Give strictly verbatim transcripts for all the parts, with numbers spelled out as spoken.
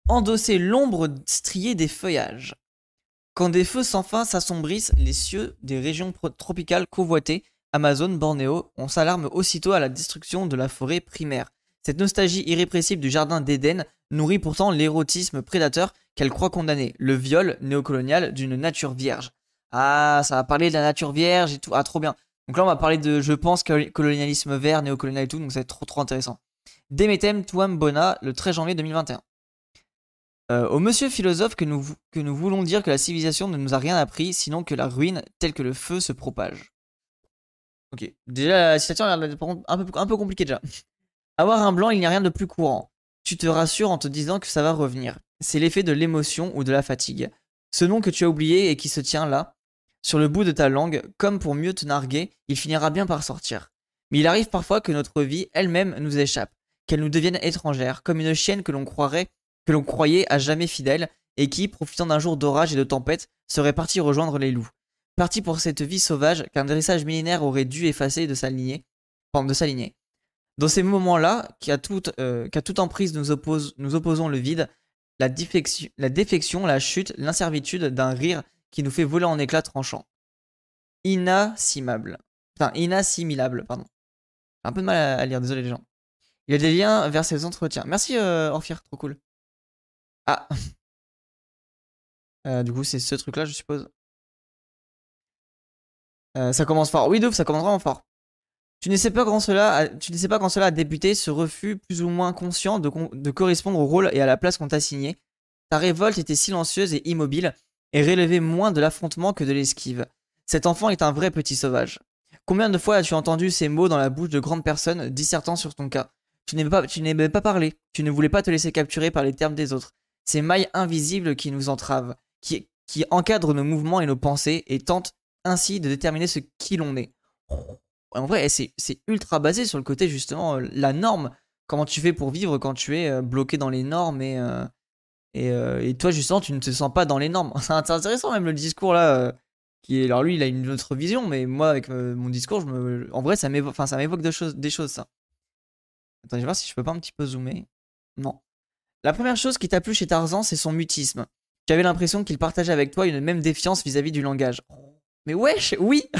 Endosser l'ombre striée des feuillages. Quand des feux sans fin s'assombrissent les cieux des régions tropicales convoitées, Amazon, Bornéo, on s'alarme aussitôt à la destruction de la forêt primaire. Cette nostalgie irrépressible du jardin d'Éden nourrit pourtant l'érotisme prédateur qu'elle croit condamner, le viol néocolonial d'une nature vierge. Ah, ça va parler de la nature vierge et tout. Ah, trop bien. Donc là, on va parler de, je pense, colonialisme vert, néocolonial et tout, donc ça va être trop trop intéressant. Demetem Tuam Bona, le treize janvier deux mille vingt et un. Euh, au monsieur philosophe que nous, que nous voulons dire que la civilisation ne nous a rien appris, sinon que la ruine, telle que le feu, se propage. Ok, déjà la citation a l'air un peu, un peu compliquée déjà. Avoir un blanc, il n'y a rien de plus courant. Tu te rassures en te disant que ça va revenir. C'est l'effet de l'émotion ou de la fatigue. Ce nom que tu as oublié et qui se tient là, sur le bout de ta langue, comme pour mieux te narguer, il finira bien par sortir. Mais il arrive parfois que notre vie elle-même nous échappe, qu'elle nous devienne étrangère, comme une chienne que l'on croirait que l'on croyait à jamais fidèle et qui, profitant d'un jour d'orage et de tempête, serait parti rejoindre les loups. Parti pour cette vie sauvage qu'un dressage millénaire aurait dû effacer de sa lignée. Enfin, de sa lignée. Dans ces moments-là, qu'à toute, euh, qu'à toute emprise nous, oppose, nous opposons le vide, la, défection, la défection, la chute, l'inservitude d'un rire qui nous fait voler en éclats tranchants. Inassimable. Enfin, inassimilable, pardon. J'ai un peu de mal à, à lire, désolé les gens. Il y a des liens vers ces entretiens. Merci euh, Orphir, trop cool. Ah. Euh, du coup, c'est ce truc-là, je suppose. Euh, ça commence fort. Oui, Douf, ça commence vraiment fort. Tu ne sais pas quand cela a, tu ne sais pas quand cela a débuté, ce refus plus ou moins conscient de, de correspondre au rôle et à la place qu'on t'a signé. Ta révolte était silencieuse et immobile et relevait moins de l'affrontement que de l'esquive. Cet enfant est un vrai petit sauvage. Combien de fois as-tu entendu ces mots dans la bouche de grandes personnes dissertant sur ton cas? Tu n'aimais pas, tu n'aimais pas parler, tu ne voulais pas te laisser capturer par les termes des autres. Ces mailles invisibles qui nous entravent, qui, qui encadrent nos mouvements et nos pensées et tentent ainsi de déterminer ce qui l'on est. En vrai, c'est ultra basé sur le côté justement euh, la norme. Comment tu fais pour vivre quand tu es euh, bloqué dans les normes et, euh, et, euh, et toi justement tu ne te sens pas dans les normes. C'est intéressant même le discours là. Euh, qui est, alors lui il a une autre vision, mais moi avec euh, mon discours, je me, en vrai ça m'évoque enfin, ça m'évoque de choses, des choses ça. Attends, je vais voir si je peux pas un petit peu zoomer. Non. La première chose qui t'a plu chez Tarzan, c'est son mutisme. Tu avais l'impression qu'il partageait avec toi une même défiance vis-à-vis du langage. Mais wesh, oui.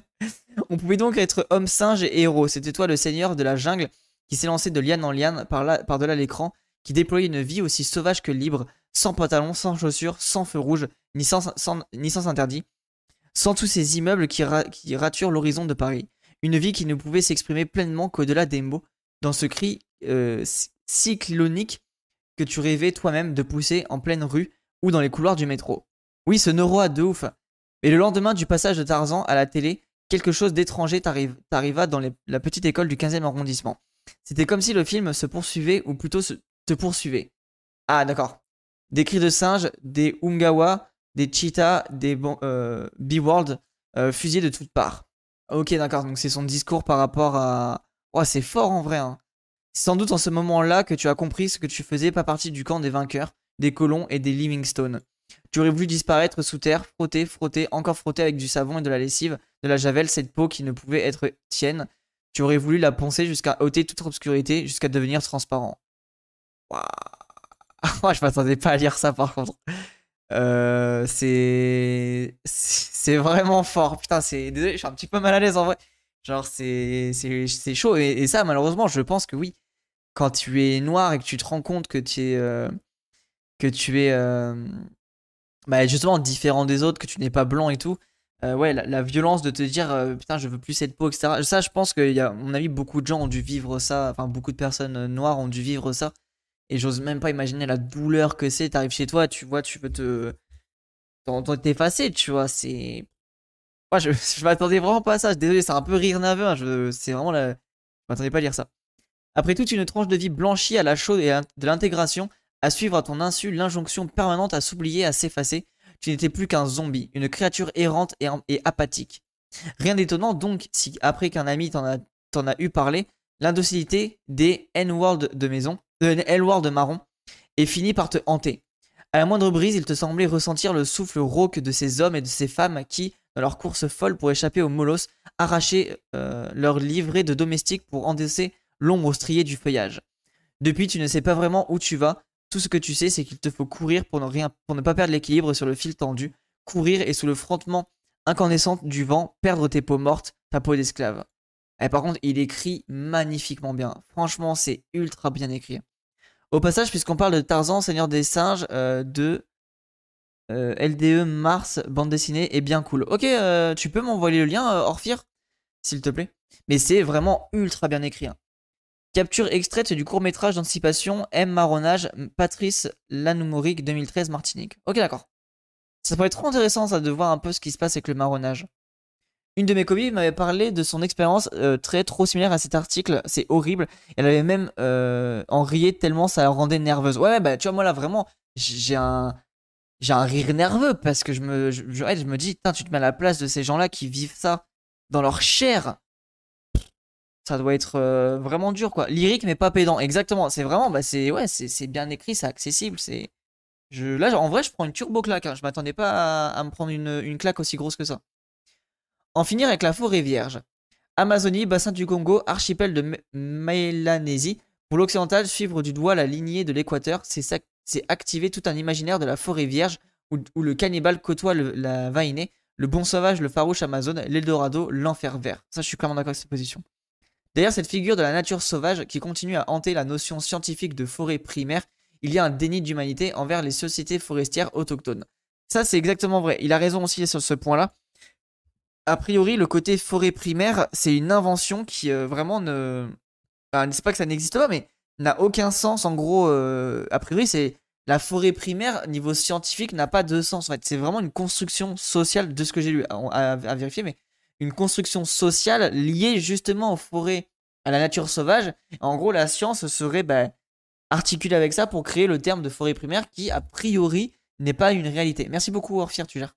On pouvait donc être homme, singe et héros. C'était toi le seigneur de la jungle qui s'est lancé de liane en liane par-delà par l'écran, qui déployait une vie aussi sauvage que libre, sans pantalon, sans chaussures, sans feu rouge, ni sans, sans, ni sans interdit, sans tous ces immeubles qui, ra qui raturent l'horizon de Paris. Une vie qui ne pouvait s'exprimer pleinement qu'au-delà des mots, dans ce cri euh, cyclonique que tu rêvais toi-même de pousser en pleine rue ou dans les couloirs du métro. Oui, ce neuroa de ouf. Et le lendemain du passage de Tarzan à la télé, quelque chose d'étranger t'arriva dans les, la petite école du quinzième arrondissement. C'était comme si le film se poursuivait, ou plutôt se, te poursuivait. Ah, d'accord. Des cris de singes, des Ungawa, des cheetahs, des bon, euh, Beworld, euh, fusillés de toutes parts. Ok, d'accord, donc c'est son discours par rapport à... Oh, c'est fort en vrai, hein. C'est sans doute en ce moment-là que tu as compris ce que tu faisais pas partie du camp des vainqueurs, des colons et des Livingstone. Tu aurais voulu disparaître sous terre, frotter, frotter, encore frotter avec du savon et de la lessive, de la javel, cette peau qui ne pouvait être tienne. Tu aurais voulu la poncer jusqu'à ôter toute obscurité, jusqu'à devenir transparent. Waouh. Je m'attendais pas à lire ça par contre. Euh, c'est... C'est vraiment fort. Putain, c'est... Désolé, je suis un petit peu mal à l'aise en vrai. Genre, c'est c'est chaud. Et, et ça, malheureusement, je pense que oui. Quand tu es noir et que tu te rends compte que tu es... Euh, que tu es... Euh, bah justement différent des autres, que tu n'es pas blanc et tout, euh, ouais, la, la violence de te dire euh, putain, je veux plus cette peau, et cetera. Ça, je pense qu'il y a, à mon avis, beaucoup de gens ont dû vivre ça, enfin, beaucoup de personnes noires ont dû vivre ça, et j'ose même pas imaginer la douleur que c'est. T'arrives chez toi, tu vois, tu veux te. T'effacer, tu vois, c'est. Moi, je, je m'attendais vraiment pas à ça, désolé, c'est un peu rire nerveux, hein, je... c'est vraiment la. Je m'attendais pas à lire ça. Après toute une tranche de vie blanchie à la chaude et de l'intégration, à suivre à ton insu l'injonction permanente à s'oublier, à s'effacer, tu n'étais plus qu'un zombie, une créature errante et, et apathique. Rien d'étonnant donc si, après qu'un ami t'en a, t'en a eu parlé, l'indocilité des N-World de maison, de L-World marron, est finie par te hanter. À la moindre brise, il te semblait ressentir le souffle rauque de ces hommes et de ces femmes qui, dans leur course folle pour échapper au molosse, arrachaient euh, leur livret de domestiques pour endosser l'ombre striée du feuillage. Depuis, tu ne sais pas vraiment où tu vas, Tout ce que tu sais, c'est qu'il te faut courir pour ne, rien, pour ne pas perdre l'équilibre sur le fil tendu, courir et sous le frottement incandescent du vent, perdre tes peaux mortes, ta peau d'esclave. Et par contre, il écrit magnifiquement bien. Franchement, c'est ultra bien écrit. Au passage, puisqu'on parle de Tarzan, Seigneur des Singes, euh, de euh, L D E Mars, bande dessinée, est bien cool. Ok, euh, tu peux m'envoyer le lien, euh, Orphir, s'il te plaît. Mais c'est vraiment ultra bien écrit. Hein. Capture extraite du court-métrage d'anticipation M. Marronnage, Patrice Lanoumoric, deux mille treize, Martinique. Ok, d'accord. Ça pourrait être trop intéressant, ça, de voir un peu ce qui se passe avec le marronnage. Une de mes copines m'avait parlé de son expérience euh, très trop similaire à cet article. C'est horrible. Elle avait même euh, en rié tellement ça la rendait nerveuse. Ouais, bah tu vois, moi là vraiment, j'ai un, j'ai un rire nerveux parce que je me, je, je, ouais, je me dis, putain, tu te mets à la place de ces gens-là qui vivent ça dans leur chair. Ça doit être euh, vraiment dur, quoi. Lyrique mais pas pédant. Exactement. C'est vraiment, bah c'est, ouais, c'est bien écrit, c'est accessible, c'est. Je, là, en vrai, je prends une turbo claque. Hein. Je m'attendais pas à, à me prendre une, une claque aussi grosse que ça. En finir avec la forêt vierge. Amazonie, bassin du Congo, archipel de Mélanésie. Pour l'occidental, suivre du doigt la lignée de l'équateur, c'est activer tout un imaginaire de la forêt vierge où, où le cannibale côtoie le, la vainée, le bon sauvage, le farouche Amazone, l'Eldorado, l'enfer vert. Ça, je suis clairement d'accord avec cette position. Derrière cette figure de la nature sauvage qui continue à hanter la notion scientifique de forêt primaire, il y a un déni d'humanité envers les sociétés forestières autochtones. Ça, c'est exactement vrai. Il a raison aussi sur ce point-là. A priori, le côté forêt primaire, c'est une invention qui euh, vraiment ne. Enfin, c'est pas que ça n'existe pas, mais n'a aucun sens. En gros, euh, a priori, c'est la forêt primaire, niveau scientifique, n'a pas de sens. En fait, c'est vraiment une construction sociale, de ce que j'ai lu, à, à, à vérifier, mais une construction sociale liée justement aux forêts, à la nature sauvage. En gros, la science serait bah, articulée avec ça pour créer le terme de forêt primaire qui, a priori, n'est pas une réalité. Merci beaucoup, Orphir, tu gères.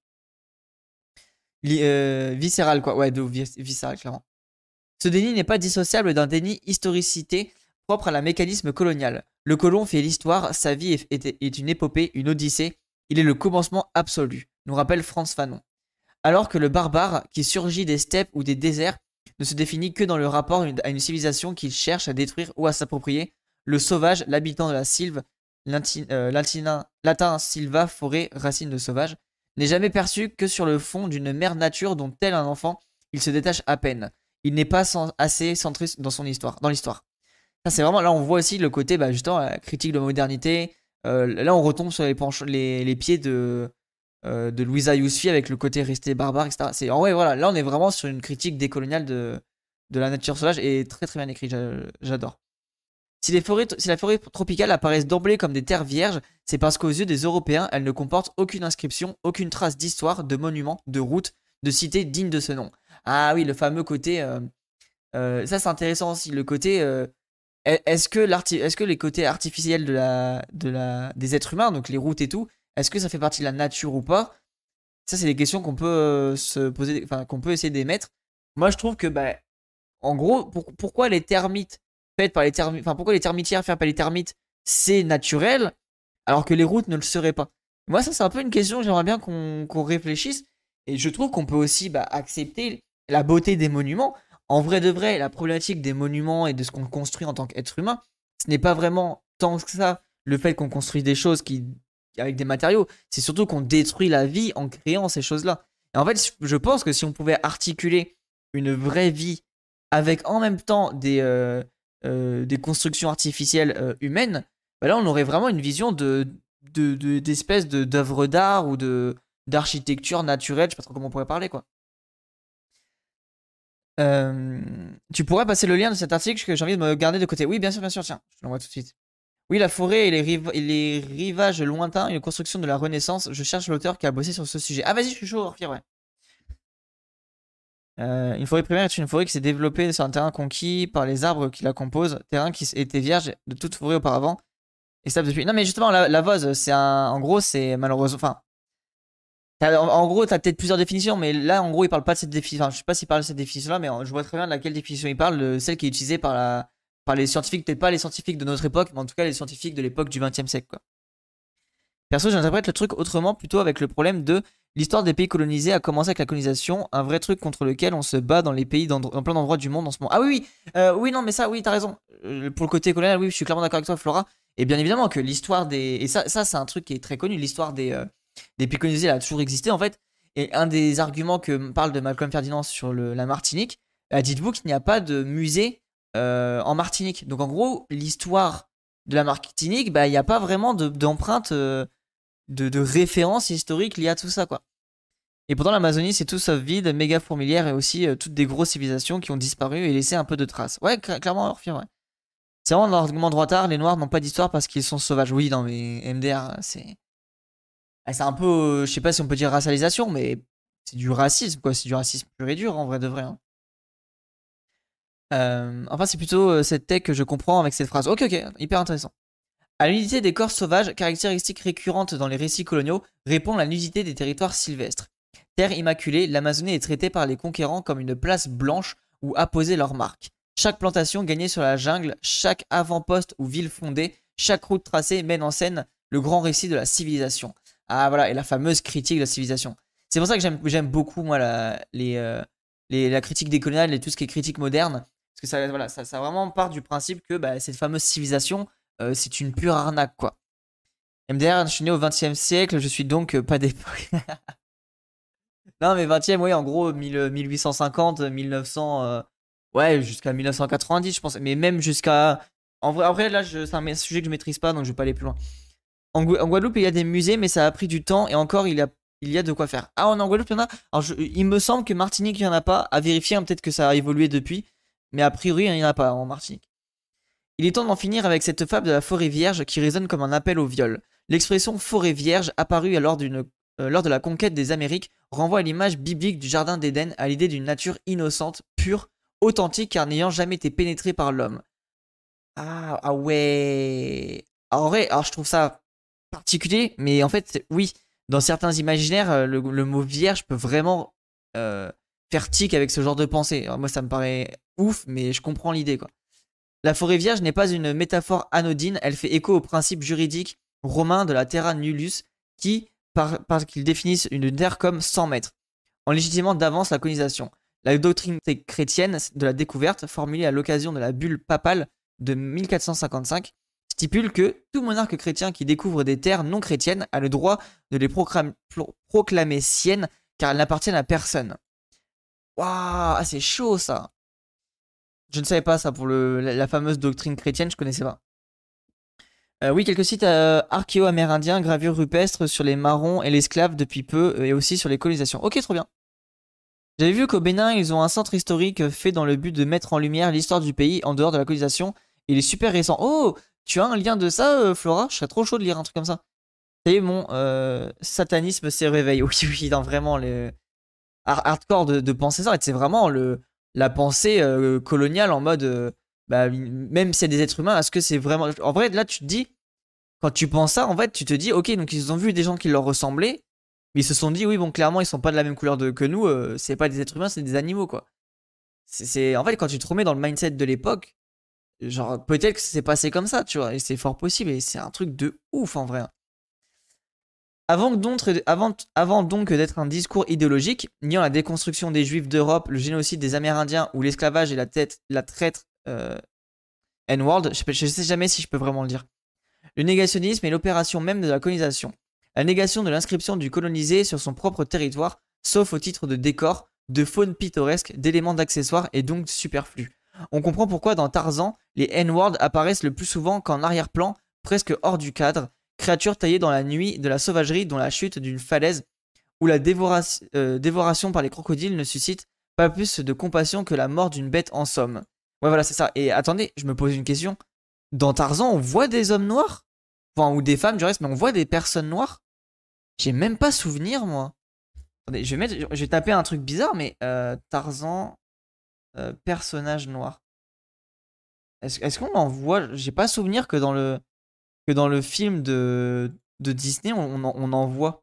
Euh, viscéral quoi, ouais, de vis viscéral clairement. Ce déni n'est pas dissociable d'un déni historicité propre à la mécanisme colonial. Le colon fait l'histoire, sa vie est, est, est une épopée, une odyssée, il est le commencement absolu, nous rappelle Frantz Fanon. Alors que le barbare, qui surgit des steppes ou des déserts, ne se définit que dans le rapport à une civilisation qu'il cherche à détruire ou à s'approprier, le sauvage, l'habitant de la sylve, euh, latin silva, forêt, racine de sauvage, n'est jamais perçu que sur le fond d'une mère nature dont tel un enfant, il se détache à peine. Il n'est pas sans, assez centré dans son histoire, dans l'histoire. Ça c'est vraiment, là on voit aussi le côté, bah, justement, la critique de la modernité. Euh, là on retombe sur les, les, les pieds de, euh, de Louisa Yousfi avec le côté resté barbare, et cetera. C'est, en vrai, voilà, là on est vraiment sur une critique décoloniale de, de la nature sauvage et très très bien écrit, j'adore. Si, les forêts, si la forêt tropicale apparaissent d'emblée comme des terres vierges, c'est parce qu'aux yeux des Européens, elles ne comportent aucune inscription, aucune trace d'histoire, de monument, de route, de cité digne de ce nom. Ah oui, le fameux côté... Euh, euh, ça c'est intéressant aussi, le côté... Euh, est-ce que, est que les côtés artificiels de la, de la, des êtres humains, donc les routes et tout, est-ce que ça fait partie de la nature ou pas? Ça c'est des questions qu'on peut euh, se poser, enfin qu'on peut essayer d'émettre. Moi je trouve que, bah, en gros, pour, pourquoi les termites faites par les termites, enfin pourquoi les termitières faites par les termites, c'est naturel, alors que les routes ne le seraient pas. Moi ça c'est un peu une question que j'aimerais bien qu'on qu'on réfléchisse, et je trouve qu'on peut aussi bah, accepter la beauté des monuments. En vrai de vrai, la problématique des monuments et de ce qu'on construit en tant qu'être humain, ce n'est pas vraiment tant que ça le fait qu'on construise des choses qui, avec des matériaux, c'est surtout qu'on détruit la vie en créant ces choses-là. Et en fait, je pense que si on pouvait articuler une vraie vie avec en même temps des, euh, euh, des constructions artificielles euh, humaines, bah là on aurait vraiment une vision de, de, de, d'espèce de, d'œuvre d'art ou de, d'architecture naturelle, je sais pas trop comment on pourrait parler quoi. Euh, tu pourrais passer le lien de cet article que j'ai envie de me garder de côté. Oui, bien sûr, bien sûr, tiens, je l'envoie tout de suite. Oui, la forêt et les, riv et les rivages lointains, une construction de la Renaissance. Je cherche l'auteur qui a bossé sur ce sujet. Ah, vas-y, je suis chaud, Orphir, ouais. Euh, une forêt primaire est une forêt qui s'est développée sur un terrain conquis par les arbres qui la composent, terrain qui était vierge de toute forêt auparavant et stable depuis. Non, mais justement, la, la vose, c'est un. En gros, c'est malheureusement. Enfin. En, en gros, t'as peut-être plusieurs définitions, mais là, en gros, il parle pas de cette définition. Enfin, je sais pas s'il parle de cette définition-là, mais je vois très bien de laquelle définition il parle, de celle qui est utilisée par, la, par les scientifiques, peut-être pas les scientifiques de notre époque, mais en tout cas les scientifiques de l'époque du vingtième siècle, quoi. Perso, j'interprète le truc autrement, plutôt avec le problème de l'histoire des pays colonisés a commencé avec la colonisation, un vrai truc contre lequel on se bat dans les pays, dans, dans plein d'endroits du monde en ce moment. Ah oui, oui, euh, oui, non, mais ça, oui, t'as raison. Euh, pour le côté colonial, oui, je suis clairement d'accord avec toi, Flora. Et bien évidemment que l'histoire des... Et ça, ça c'est un truc qui est très connu, l'histoire des, euh, des péconisés elle a toujours existé en fait. Et un des arguments que parle de Malcolm Ferdinand sur le, la Martinique, euh, dites-vous qu'il n'y a pas de musée euh, en Martinique. Donc en gros, l'histoire de la Martinique, bah, il n'y a pas vraiment de- d'empreinte, euh, de, de référence historique liée à tout ça, quoi. Et pourtant, l'Amazonie, c'est tout sauf vide, méga fourmilière et aussi euh, toutes des grosses civilisations qui ont disparu et laissé un peu de traces. Ouais, cl- clairement, Orphir, ouais. C'est vraiment l'argument droitard, les Noirs n'ont pas d'histoire parce qu'ils sont sauvages. Oui, non, mais M D R, c'est. Ah, c'est un peu, euh, je sais pas si on peut dire racialisation, mais c'est du racisme, quoi. C'est du racisme pur et dur, en vrai de vrai, hein. Euh, enfin, c'est plutôt euh, cette tech que je comprends avec cette phrase. Ok, ok, hyper intéressant. À l'unité des corps sauvages, caractéristique récurrente dans les récits coloniaux, répond la nudité des territoires sylvestres. Terre immaculée, l'Amazonie est traitée par les conquérants comme une place blanche où apposer leurs marques. Chaque plantation gagnée sur la jungle, chaque avant-poste ou ville fondée, chaque route tracée mène en scène le grand récit de la civilisation. Ah voilà, et la fameuse critique de la civilisation. C'est pour ça que j'aime beaucoup, moi, la, les, euh, les, la critique décoloniale et tout ce qui est critique moderne. Parce que ça, voilà, ça, ça vraiment part du principe que bah, cette fameuse civilisation, euh, c'est une pure arnaque, quoi. M D R, je suis né au vingtième siècle, je suis donc euh, pas d'époque. Non, mais vingtième, oui, en gros, mille, mille huit cent cinquante, mille neuf cents, euh, ouais, jusqu'à mille neuf cent quatre-vingt-dix, je pense. Mais même jusqu'à. En vrai, après, là, je... c'est un sujet que je maîtrise pas, donc je vais pas aller plus loin. En, Gou- en Guadeloupe, il y a des musées, mais ça a pris du temps, et encore, il y a, il y a de quoi faire. Ah, en Guadeloupe, il y en a. Alors, je- il me semble que Martinique, il y en a pas. À vérifier, hein, peut-être que ça a évolué depuis. Mais a priori, il y en a pas en Martinique. Il est temps d'en finir avec cette fable de la forêt vierge qui résonne comme un appel au viol. L'expression forêt vierge, apparue lors, d'une- euh, lors de la conquête des Amériques, renvoie à l'image biblique du jardin d'Éden, à l'idée d'une nature innocente, pure, authentique car n'ayant jamais été pénétrée par l'homme. Ah, ah ouais. En vrai, alors je trouve ça particulier, mais en fait, oui, dans certains imaginaires, euh, le, le mot vierge peut vraiment euh, faire tic avec ce genre de pensée. Alors moi, ça me paraît ouf, mais je comprends l'idée, quoi. La forêt vierge n'est pas une métaphore anodine, elle fait écho au principe juridique romain de la terra nullius qui, par, par qu'ils définissent une terre comme cent mètres, en légitimant d'avance la colonisation. La doctrine chrétienne de la découverte, formulée à l'occasion de la bulle papale de mille quatre cent cinquante-cinq, stipule que tout monarque chrétien qui découvre des terres non chrétiennes a le droit de les proclamer, proclamer siennes car elles n'appartiennent à personne. Waouh, ah, c'est chaud ça. Je ne savais pas ça pour le, la, la fameuse doctrine chrétienne, je connaissais pas. Euh, oui, quelques sites euh, archéo-amérindiens, gravures rupestres sur les marrons et l'esclave depuis peu, euh, et aussi sur les colonisations. Ok, trop bien. J'avais vu qu'au Bénin, ils ont un centre historique fait dans le but de mettre en lumière l'histoire du pays en dehors de la colonisation. Il est super récent. Oh, tu as un lien de ça, euh, Flora? Je serais trop chaud de lire un truc comme ça. Ça y est, mon euh, satanisme s'est réveillé. Oui, oui, dans vraiment le hard- hardcore de, de penser ça. C'est vraiment le, la pensée euh, coloniale en mode, euh, bah, même s'il y a des êtres humains, est-ce que c'est vraiment. En vrai, là, tu te dis, quand tu penses ça, en fait, tu te dis, ok, donc ils ont vu des gens qui leur ressemblaient, mais ils se sont dit, oui, bon, clairement, ils sont pas de la même couleur de, que nous, euh, c'est pas des êtres humains, c'est des animaux, quoi. C'est, c'est- en fait, quand tu te remets dans le mindset de l'époque, genre, peut-être que c'est passé comme ça, tu vois, et c'est fort possible, et c'est un truc de ouf, en vrai. Avant donc, avant, avant donc d'être un discours idéologique, niant la déconstruction des juifs d'Europe, le génocide des Amérindiens ou l'esclavage et la, tête, la traite euh, N-word, je, je sais jamais si je peux vraiment le dire. Le négationnisme est l'opération même de la colonisation. La négation de l'inscription du colonisé sur son propre territoire, sauf au titre de décor, de faune pittoresque, d'éléments d'accessoires et donc superflus. On comprend pourquoi dans Tarzan, les N-words apparaissent le plus souvent qu'en arrière-plan, presque hors du cadre, créatures taillées dans la nuit de la sauvagerie dont la chute d'une falaise ou la dévoration, euh, dévoration par les crocodiles ne suscite pas plus de compassion que la mort d'une bête en somme. Ouais, voilà, c'est ça. Et attendez, je me pose une question. Dans Tarzan, on voit des hommes noirs? Enfin, ou des femmes du reste, mais on voit des personnes noires? J'ai même pas souvenir, moi. Attendez, je vais, mettre, je vais taper un truc bizarre, mais euh, Tarzan, euh, personnage noir. Est-ce est-ce qu'on en voit? J'ai pas souvenir que dans le, que dans le film de, de Disney, on, on en, on en voit.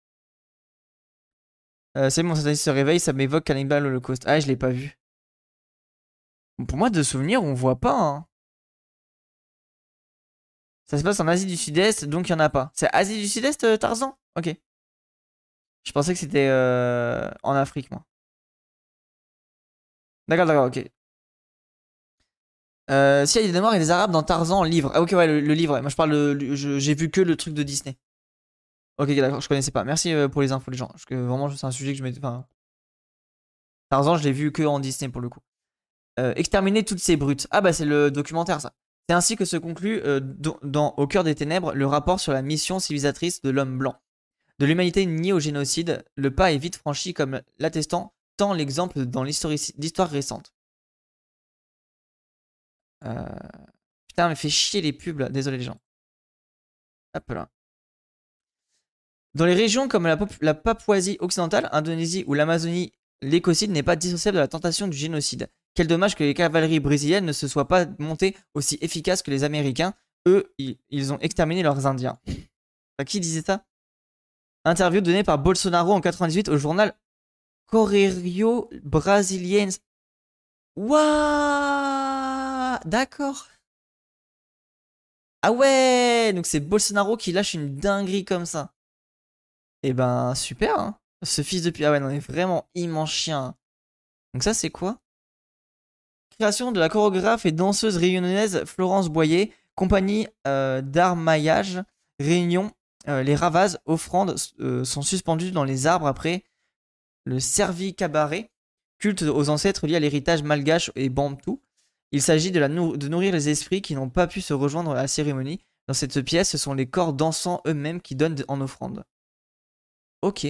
Euh, c'est bon, ça se réveille, ça m'évoque Cannibal Holocaust. Ah, je l'ai pas vu. Pour moi, de souvenir, on voit pas, hein. Ça se passe en Asie du Sud-Est, donc il y en a pas. C'est Asie du Sud-Est, euh, Tarzan? Ok. Je pensais que c'était euh, en Afrique, moi. D'accord, d'accord, ok. Euh, S'il y a des Noirs et des Arabes dans Tarzan, livre. Ah ok, ouais, le, le livre. Ouais. Moi, je parle de... je- J'ai vu que le truc de Disney. Ok, d'accord, je connaissais pas. Merci euh, pour les infos, les gens. Parce que vraiment, c'est un sujet que je m'étais... Enfin, Tarzan, je l'ai vu que en Disney, pour le coup. Euh, exterminer toutes ces brutes. Ah bah, c'est le documentaire, ça. C'est ainsi que se conclut, euh, dans, dans Au cœur des ténèbres, le rapport sur la mission civilisatrice de l'homme blanc. De l'humanité niée au génocide, le pas est vite franchi comme l'attestant tant l'exemple dans l'histoire récente. Euh... Putain, mais fait chier les pubs là. Désolé les gens. Hop là. Dans les régions comme la, la Papouasie occidentale, Indonésie ou l'Amazonie, l'écocide n'est pas dissociable de la tentation du génocide. Quel dommage que les cavaleries brésiliennes ne se soient pas montées aussi efficaces que les Américains. Eux, ils, ils ont exterminé leurs Indiens. Enfin, qui disait ça? Interview donnée par Bolsonaro en quatre-vingt-dix-huit au journal Correio Brasiliense. Waouh, d'accord. Ah ouais, donc c'est Bolsonaro qui lâche une dinguerie comme ça. Eh ben, super, hein. Ce fils de pute. Ah ouais, non, on est vraiment immense chien. Donc ça, c'est quoi? Création de la chorégraphe et danseuse réunionnaise Florence Boyer, compagnie euh, d'art maillage, Réunion. Euh, les ravazes, offrandes euh, sont suspendues dans les arbres après le servi cabaret, culte aux ancêtres liés à l'héritage malgache et bantou. Il s'agit de, nou de nourrir les esprits qui n'ont pas pu se rejoindre à la cérémonie. Dans cette pièce, ce sont les corps dansants eux-mêmes qui donnent en offrande. Ok.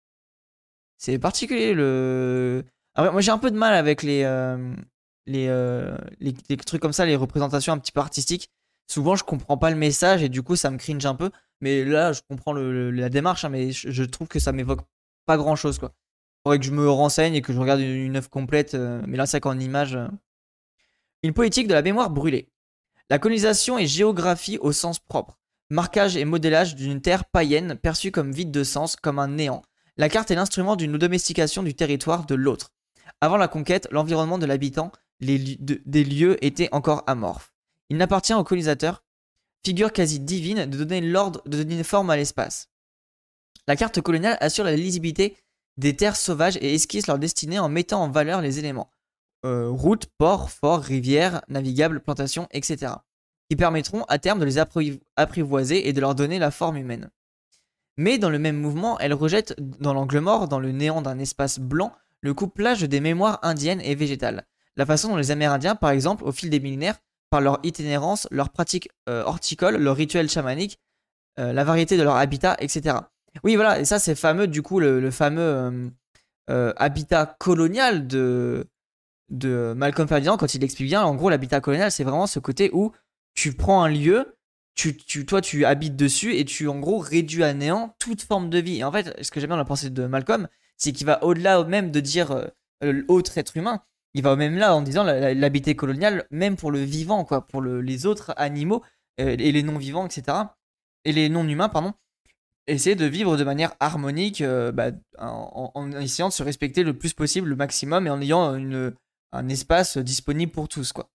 C'est particulier le. Alors, moi j'ai un peu de mal avec les, euh, les, euh, les, les trucs comme ça, les représentations un petit peu artistiques. Souvent je comprends pas le message et du coup ça me cringe un peu. Mais là je comprends le, le, la démarche, hein, mais je, je trouve que ça m'évoque pas grand chose quoi. Faudrait que je me renseigne et que je regarde une, une œuvre complète. Euh, mais là c'est qu'en image. Euh... Une politique de la mémoire brûlée. La colonisation est géographie au sens propre. Marquage et modélage d'une terre païenne perçue comme vide de sens, comme un néant. La carte est l'instrument d'une domestication du territoire de l'autre. Avant la conquête, l'environnement de l'habitant, les li de, des lieux étaient encore amorphes. Il n'appartient aux colonisateurs, figure quasi divine, de donner l'ordre, de donner une forme à l'espace. La carte coloniale assure la lisibilité des terres sauvages et esquisse leur destinée en mettant en valeur les éléments. Euh, routes, ports, forts, rivières, navigables, plantations, et cetera. Qui permettront à terme de les apprivoiser et de leur donner la forme humaine. Mais dans le même mouvement, elle rejette dans l'angle mort, dans le néant d'un espace blanc, le couplage des mémoires indiennes et végétales. La façon dont les Amérindiens, par exemple, au fil des millénaires, par leur itinérance, leurs pratiques euh, horticoles, leurs rituels chamaniques, euh, la variété de leur habitat, et cetera. Oui, voilà, et ça c'est fameux, du coup, le, le fameux euh, euh, habitat colonial de, de Malcolm Ferdinand, quand il explique bien, en gros, l'habitat colonial, c'est vraiment ce côté où tu prends un lieu, tu, tu, toi, tu habites dessus et tu, en gros, réduis à néant toute forme de vie. Et en fait, ce que j'aime bien dans la pensée de Malcolm, c'est qu'il va au-delà même de dire euh, autre être humain. Il va même là en disant l'habitat colonial, même pour le vivant, quoi, pour le, les autres animaux euh, et les non-vivants, et cetera. Et les non-humains, pardon. Essayer de vivre de manière harmonique, euh, bah, en, en, en essayant de se respecter le plus possible, le maximum, et en ayant une, un espace disponible pour tous, quoi.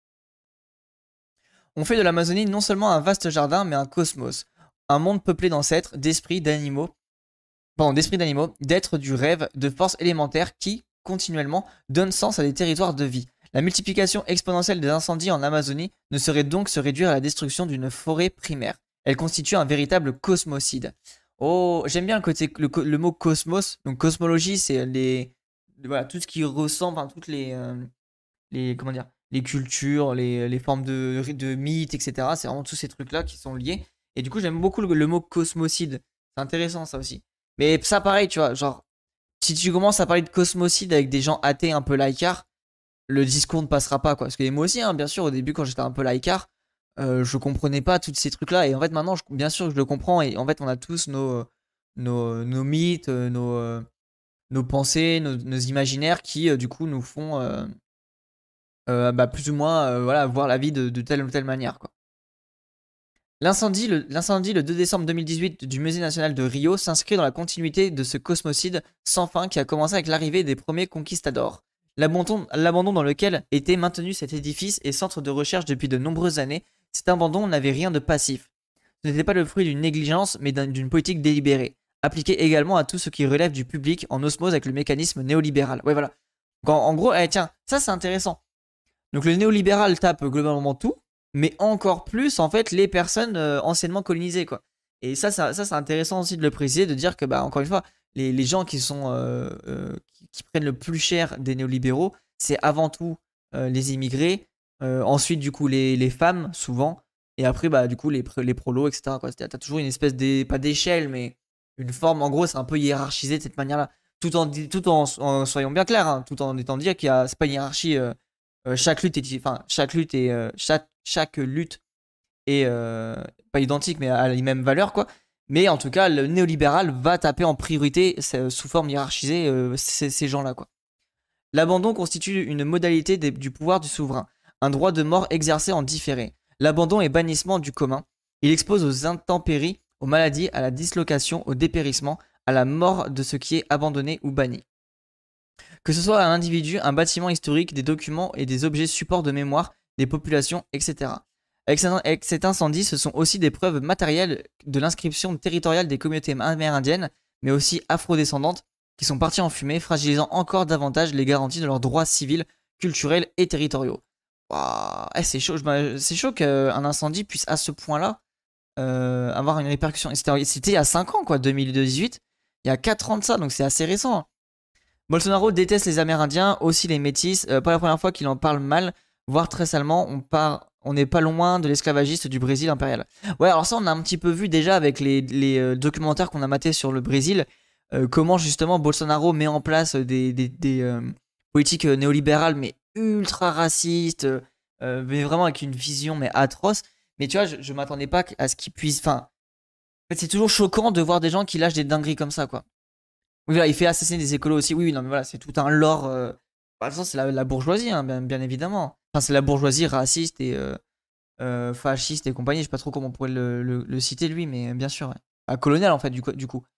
On fait de l'Amazonie non seulement un vaste jardin, mais un cosmos. Un monde peuplé d'ancêtres, d'esprits, d'animaux, pardon, d'esprits d'animaux, d'êtres du rêve, de forces élémentaires qui, continuellement, donnent sens à des territoires de vie. La multiplication exponentielle des incendies en Amazonie ne saurait donc se réduire à la destruction d'une forêt primaire. Elle constitue un véritable cosmocide. Oh, j'aime bien le, côté, le, le mot cosmos. Donc cosmologie, c'est les, voilà, tout ce qui ressemble, enfin, toutes les, euh, les, comment dire, les cultures, les, les formes de, de mythes, et cetera. C'est vraiment tous ces trucs-là qui sont liés. Et du coup, j'aime beaucoup le, le mot cosmocide. C'est intéressant, ça aussi. Mais ça, pareil, tu vois, genre, si tu commences à parler de cosmocide avec des gens athées un peu laïcards, le discours ne passera pas, quoi. Parce que moi aussi, hein, bien sûr, au début, quand j'étais un peu laïcard, euh, je comprenais pas tous ces trucs-là. Et en fait, maintenant, je, bien sûr, je le comprends. Et en fait, on a tous nos, nos, nos mythes, nos, euh, nos pensées, nos, nos imaginaires qui, euh, du coup, nous font euh, euh, bah, plus ou moins euh, voilà, voir la vie de, de telle ou telle manière, quoi. L'incendie le, l'incendie le deux décembre deux mille dix-huit du Musée national de Rio s'inscrit dans la continuité de ce cosmocide sans fin qui a commencé avec l'arrivée des premiers conquistadors. L'abandon, l'abandon dans lequel était maintenu cet édifice et centre de recherche depuis de nombreuses années, cet abandon n'avait rien de passif. Ce n'était pas le fruit d'une négligence, mais d'une politique délibérée, appliquée également à tout ce qui relève du public en osmose avec le mécanisme néolibéral. Ouais, voilà. Donc, en, en gros, eh, tiens, ça c'est intéressant. Donc le néolibéral tape globalement tout, mais encore plus en fait les personnes euh, anciennement colonisées quoi. Et ça, ça, ça c'est intéressant aussi de le préciser, de dire que bah encore une fois, les, les gens qui sont euh, euh, qui, qui prennent le plus cher des néolibéraux, c'est avant tout euh, les immigrés, euh, ensuite du coup les, les femmes souvent, et après bah du coup les, les prolos, et cetera quoi. T'as toujours une espèce de, pas d'échelle, mais une forme, en gros c'est un peu hiérarchisé de cette manière-là. Tout en, tout en, en soyons bien clairs, hein, tout en étant dire qu'il y a, c'est pas une hiérarchie. Euh, euh, chaque lutte est, enfin chaque lutte est, euh, chaque, chaque lutte est euh, pas identique, mais a les mêmes valeurs quoi. Mais en tout cas, le néolibéral va taper en priorité sous forme hiérarchisée euh, ces, ces gens-là quoi. L'abandon constitue une modalité des- du pouvoir du souverain, un droit de mort exercé en différé. L'abandon est bannissement du commun. Il expose aux intempéries, aux maladies, à la dislocation, au dépérissement, à la mort de ce qui est abandonné ou banni. Que ce soit un individu, un bâtiment historique, des documents et des objets supports de mémoire, des populations, et cetera. Avec cet incendie, ce sont aussi des preuves matérielles de l'inscription territoriale des communautés amérindiennes, mais aussi afrodescendantes, qui sont parties en fumée, fragilisant encore davantage les garanties de leurs droits civils, culturels et territoriaux. Wow. Eh, c'est chaud, c'est chaud qu'un incendie puisse à ce point-là euh, avoir une répercussion. C'était il y a cinq ans, quoi, deux mille dix-huit. Il y a quatre ans de ça, donc c'est assez récent. Bolsonaro déteste les Amérindiens, aussi les métis. Euh, pas la première fois qu'il en parle mal, voire très salement. On part, on n'est pas loin de l'esclavagiste du Brésil impérial. Ouais, alors ça, on a un petit peu vu déjà avec les, les euh, documentaires qu'on a matés sur le Brésil, euh, comment justement Bolsonaro met en place des, des, des euh, politiques euh, néolibérales, mais ultra racistes, euh, mais vraiment avec une vision mais atroce. Mais tu vois, je, je m'attendais pas à ce qu'il puisse. Enfin, en fait, c'est toujours choquant de voir des gens qui lâchent des dingueries comme ça, quoi. Oui, voilà, il fait assassiner des écolos aussi. Oui, oui, non, mais voilà, c'est tout un lore. Euh... Par exemple, c'est la, la bourgeoisie, hein, bien, bien évidemment. Enfin, c'est la bourgeoisie raciste et euh, euh, fasciste et compagnie. Je sais pas trop comment on pourrait le, le, le citer, lui, mais bien sûr. Ouais. Ah, colonial, en fait, du coup, du coup.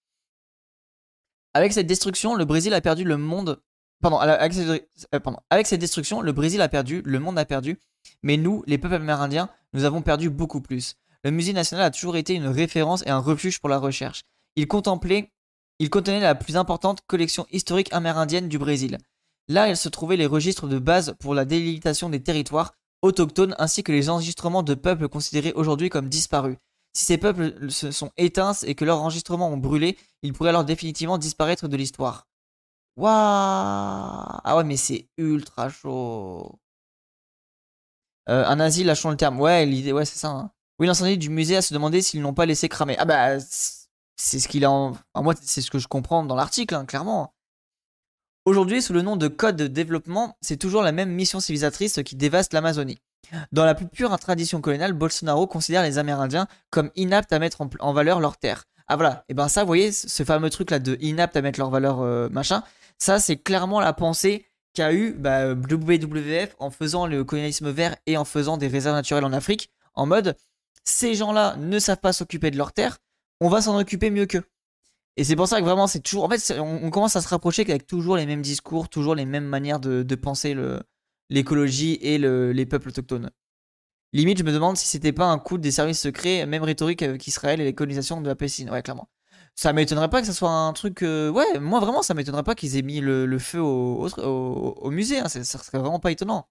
Avec cette destruction, le Brésil a perdu le monde. Pardon, avec cette, euh, pardon. Avec cette destruction, le Brésil a perdu, le monde a perdu. Mais nous, les peuples amérindiens, nous avons perdu beaucoup plus. Le musée national a toujours été une référence et un refuge pour la recherche. Il contemplait Il contenait la plus importante collection historique amérindienne du Brésil. Là, il se trouvaient les registres de base pour la délimitation des territoires autochtones ainsi que les enregistrements de peuples considérés aujourd'hui comme disparus. Si ces peuples se sont éteints et que leurs enregistrements ont brûlé, ils pourraient alors définitivement disparaître de l'histoire. Waouh. Ah ouais, mais c'est ultra chaud. Euh, un asile, lâchons le terme. Ouais, l'idée, ouais, c'est ça. Hein. Oui, l'incendie du musée à se demander s'ils n'ont pas laissé cramer. Ah bah, c'est ce qu'il a en... Enfin, moi, c'est ce que je comprends dans l'article, hein, clairement. Aujourd'hui, sous le nom de code de développement, c'est toujours la même mission civilisatrice qui dévaste l'Amazonie. Dans la plus pure tradition coloniale, Bolsonaro considère les Amérindiens comme inaptes à mettre en, en valeur leurs terres. Ah voilà, et ben ça, vous voyez, ce fameux truc là de inaptes à mettre leur valeur euh, machin, ça c'est clairement la pensée qu'a eu bah, W W F en faisant le colonialisme vert et en faisant des réserves naturelles en Afrique, en mode ces gens-là ne savent pas s'occuper de leurs terres, on va s'en occuper mieux qu'eux. Et c'est pour ça que vraiment c'est toujours, en fait on, on commence à se rapprocher avec toujours les mêmes discours, toujours les mêmes manières de, de penser le, l'écologie et le, les peuples autochtones. Limite, je me demande si c'était pas un coup des services secrets, même rhétorique avec Israël et les colonisations de la Palestine. Ouais, clairement. Ça m'étonnerait pas que ça soit un truc. Euh, ouais, moi vraiment, ça m'étonnerait pas qu'ils aient mis le, le feu au, au, au, au musée. Hein. Ça serait vraiment pas étonnant.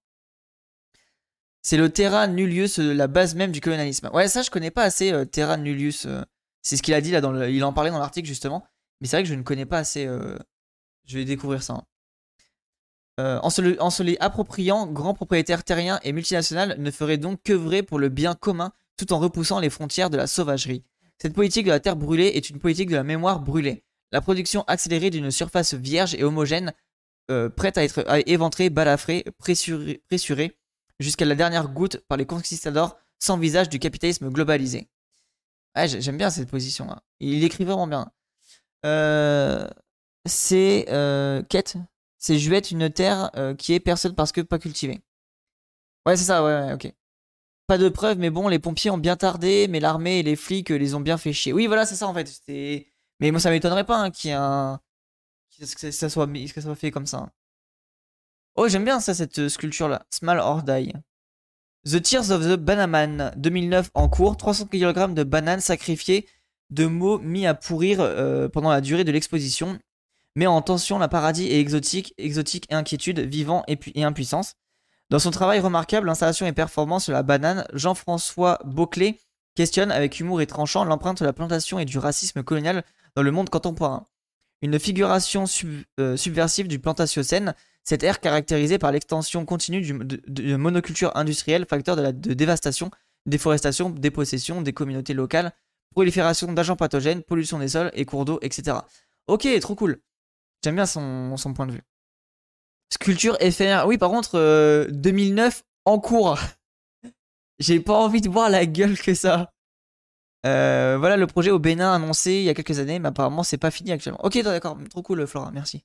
C'est le terra nullius, la base même du colonialisme. Ouais, ça, je connais pas assez euh, terra nullius. Euh, c'est ce qu'il a dit là, dans le, il en parlait dans l'article justement. Mais c'est vrai que je ne connais pas assez. Euh, je vais découvrir ça. Hein. Euh, en, se le, en se les appropriant, grands propriétaires terriens et multinationales ne feraient donc qu'œuvrer pour le bien commun tout en repoussant les frontières de la sauvagerie. Cette politique de la terre brûlée est une politique de la mémoire brûlée. La production accélérée d'une surface vierge et homogène, euh, prête à être à éventrée, balafrée, pressurée, pressurée jusqu'à la dernière goutte par les conquistadors sans visage du capitalisme globalisé. Ouais, j'aime bien cette position. Hein. Il écrit vraiment bien. Euh, c'est euh, Quête. C'est Juette, une terre euh, qui est personne parce que pas cultivée. Ouais, c'est ça, ouais, ouais, ok. Pas de preuves, mais bon, les pompiers ont bien tardé, mais l'armée et les flics euh, les ont bien fait chier. Oui, voilà, c'est ça en fait. C'est... Mais moi, ça m'étonnerait pas hein, qu'il y ait un. Que ça soit, que ça soit fait comme ça. Hein. Oh, j'aime bien ça, cette sculpture-là. Small or Die. The Tears of the Banaman, deux mille neuf en cours, trois cents kilogrammes de bananes sacrifiées, de mots mis à pourrir euh, pendant la durée de l'exposition, met en tension la paradis et exotique, exotique et inquiétude, vivant et, et impuissance. Dans son travail remarquable, Installation et performance sur la banane, Jean-François Beauclet questionne avec humour et tranchant l'empreinte de la plantation et du racisme colonial dans le monde contemporain. Une figuration sub, euh, subversive du plantatiocène, cette ère caractérisée par l'extension continue du, de, de monoculture industrielle, facteur de, la, de dévastation, déforestation, dépossession des communautés locales, prolifération d'agents pathogènes, pollution des sols et cours d'eau, et cetera. Ok, trop cool. J'aime bien son, son point de vue. Sculpture éphémère. Oui, par contre, euh, deux mille neuf en cours. J'ai pas envie de voir la gueule que ça. Euh, voilà le projet au Bénin annoncé il y a quelques années, mais apparemment c'est pas fini actuellement. Ok, d'accord, trop cool Flora, merci.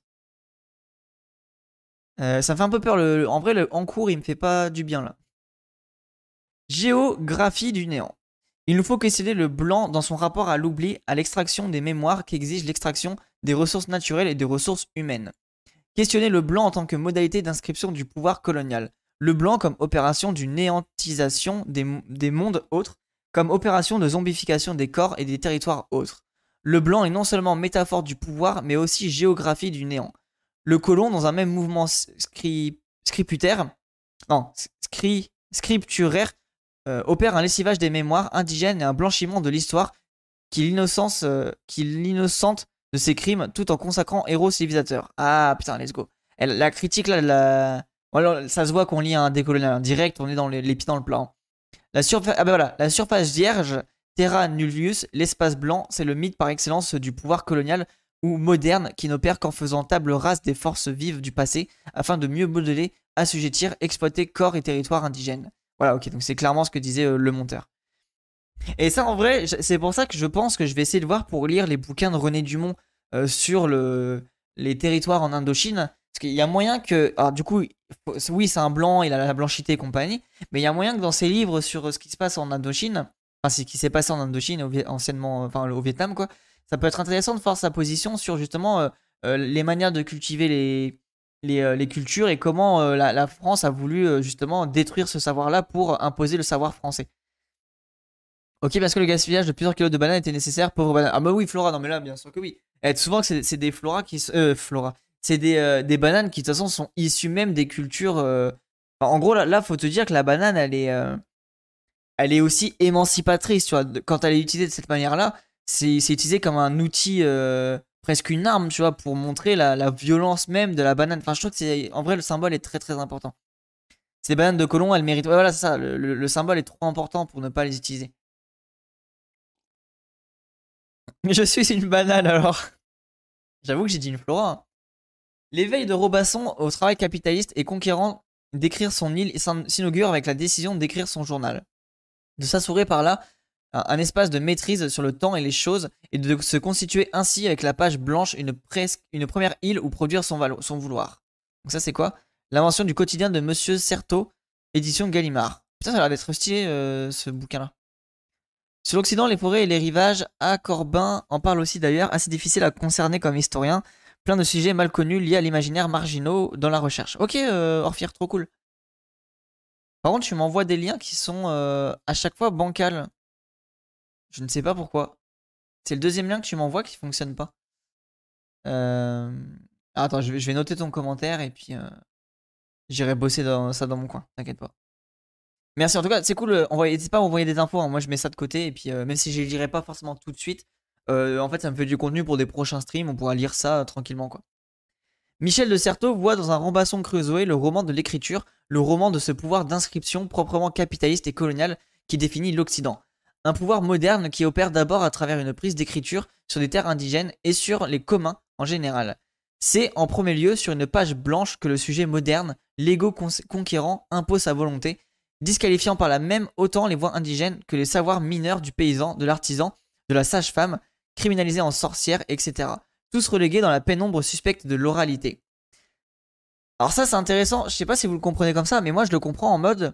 Euh, ça me fait un peu peur. Le, en vrai, le en cours, il me fait pas du bien là. Géographie du néant. Il nous faut questionner le blanc dans son rapport à l'oubli, à l'extraction des mémoires qu'exige l'extraction des ressources naturelles et des ressources humaines. Questionner le blanc en tant que modalité d'inscription du pouvoir colonial. Le blanc comme opération d'une néantisation des, des mondes autres, comme opération de zombification des corps et des territoires autres. Le blanc est non seulement métaphore du pouvoir, mais aussi géographie du néant. Le colon, dans un même mouvement scri, scripturaire, non, scri, scripturaire, euh, opère un lessivage des mémoires indigènes et un blanchiment de l'histoire qui l'innocence, euh, qui l'innocente de ses crimes tout en consacrant héros civilisateurs. Ah putain, let's go. Elle, la critique là, la... Alors, ça se voit qu'on lit un décolonial direct, on est dans les, les pieds dans le plat. Hein. La, surfa... ah ben voilà. La surface vierge, terra nullius, l'espace blanc, c'est le mythe par excellence du pouvoir colonial ou moderne qui n'opère qu'en faisant table rase des forces vives du passé afin de mieux modeler, assujettir, exploiter corps et territoires indigènes. Voilà, ok, donc c'est clairement ce que disait euh, le monteur. Et ça, en vrai, c'est pour ça que je pense que je vais essayer de voir pour lire les bouquins de René Dumont euh, sur le, les territoires en Indochine. Parce qu'il y a moyen que. Alors, du coup, oui, c'est un blanc, il a la blanchité et compagnie. Mais il y a moyen que dans ses livres sur ce qui se passe en Indochine, enfin, ce qui s'est passé en Indochine, au, anciennement, enfin, au Vietnam, quoi, ça peut être intéressant de voir sa position sur justement euh, euh, les manières de cultiver les, les, euh, les cultures et comment euh, la, la France a voulu euh, justement détruire ce savoir-là pour imposer le savoir français. Ok, parce que le gaspillage de plusieurs kilos de bananes était nécessaire, pauvre banane. Ah bah oui, Flora, non mais là, bien sûr que oui. Et souvent, c'est c'est des Flora qui... Euh, Flora. C'est des, euh, des bananes qui, de toute façon, sont issues même des cultures... euh, enfin, en gros, là, là, faut te dire que la banane, elle est... euh, Elle est aussi émancipatrice, tu vois. Quand elle est utilisée de cette manière-là, c'est c'est utilisé comme un outil... euh, presque une arme, tu vois, pour montrer la, la violence même de la banane. Enfin, je trouve que c'est... En vrai, le symbole est très, très important. Ces bananes de colon, elles méritent... Ouais, voilà, c'est ça. Le, le- le symbole est trop important pour ne pas les utiliser. Je suis une banane alors. J'avoue que j'ai dit une flora. Hein. L'éveil de Robasson au travail capitaliste et conquérant d'écrire son île s'inaugure avec la décision d'écrire son journal. De s'assurer par là un, un espace de maîtrise sur le temps et les choses et de se constituer ainsi avec la page blanche une, presque, une première île où produire son, valo, son vouloir. Donc ça c'est quoi? L'invention du quotidien de Monsieur Certeau, édition Gallimard. Putain, ça a l'air d'être stylé euh, ce bouquin-là. Sur l'Occident, les forêts et les rivages, A. Corbin en parle aussi d'ailleurs, assez difficile à concerner comme historien, plein de sujets mal connus liés à l'imaginaire marginaux dans la recherche. Ok, euh, Orphir, trop cool. Par contre, tu m'envoies des liens qui sont euh, à chaque fois bancals. Je ne sais pas pourquoi. C'est le deuxième lien que tu m'envoies qui fonctionne pas. Euh... Ah, attends, je vais, je vais noter ton commentaire et puis euh, j'irai bosser dans, ça dans mon coin, t'inquiète pas. Merci en tout cas, c'est cool. euh, envoyez- N'hésitez pas à envoyer des infos. Hein. Moi, je mets ça de côté. Et puis, euh, même si je les lirai pas forcément tout de suite, euh, en fait, ça me fait du contenu pour des prochains streams. On pourra lire ça euh, tranquillement, quoi. Michel de Certeau voit dans un Robinson Crusoe le roman de l'écriture, le roman de ce pouvoir d'inscription proprement capitaliste et colonial qui définit l'Occident. Un pouvoir moderne qui opère d'abord à travers une prise d'écriture sur des terres indigènes et sur les communs en général. C'est en premier lieu sur une page blanche que le sujet moderne, l'ego conquérant, impose sa volonté, disqualifiant par là même autant les voix indigènes que les savoirs mineurs du paysan, de l'artisan, de la sage-femme, criminalisés en sorcières, et cetera. Tous relégués dans la pénombre suspecte de l'oralité. Alors ça c'est intéressant, je sais pas si vous le comprenez comme ça, mais moi je le comprends en mode...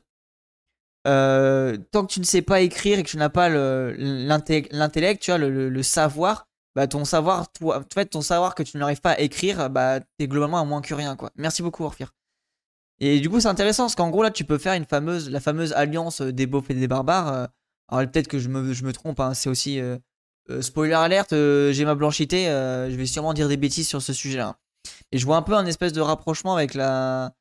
Euh, tant que tu ne sais pas écrire et que tu n'as pas l'intellect, tu vois, le, le, le savoir, bah ton savoir, toi, en fait, ton savoir que tu n'arrives pas à écrire, bah t'es globalement à moins que rien, quoi. Merci beaucoup, Orphir. Et du coup, c'est intéressant parce qu'en gros, là, tu peux faire une fameuse, la fameuse alliance des beaufs et des barbares. Euh, alors, peut-être que je me, je me trompe, hein, c'est aussi. Euh, euh, spoiler alerte, euh, j'ai ma blanchité, euh, je vais sûrement dire des bêtises sur ce sujet-là. Et je vois un peu un espèce de rapprochement avec la,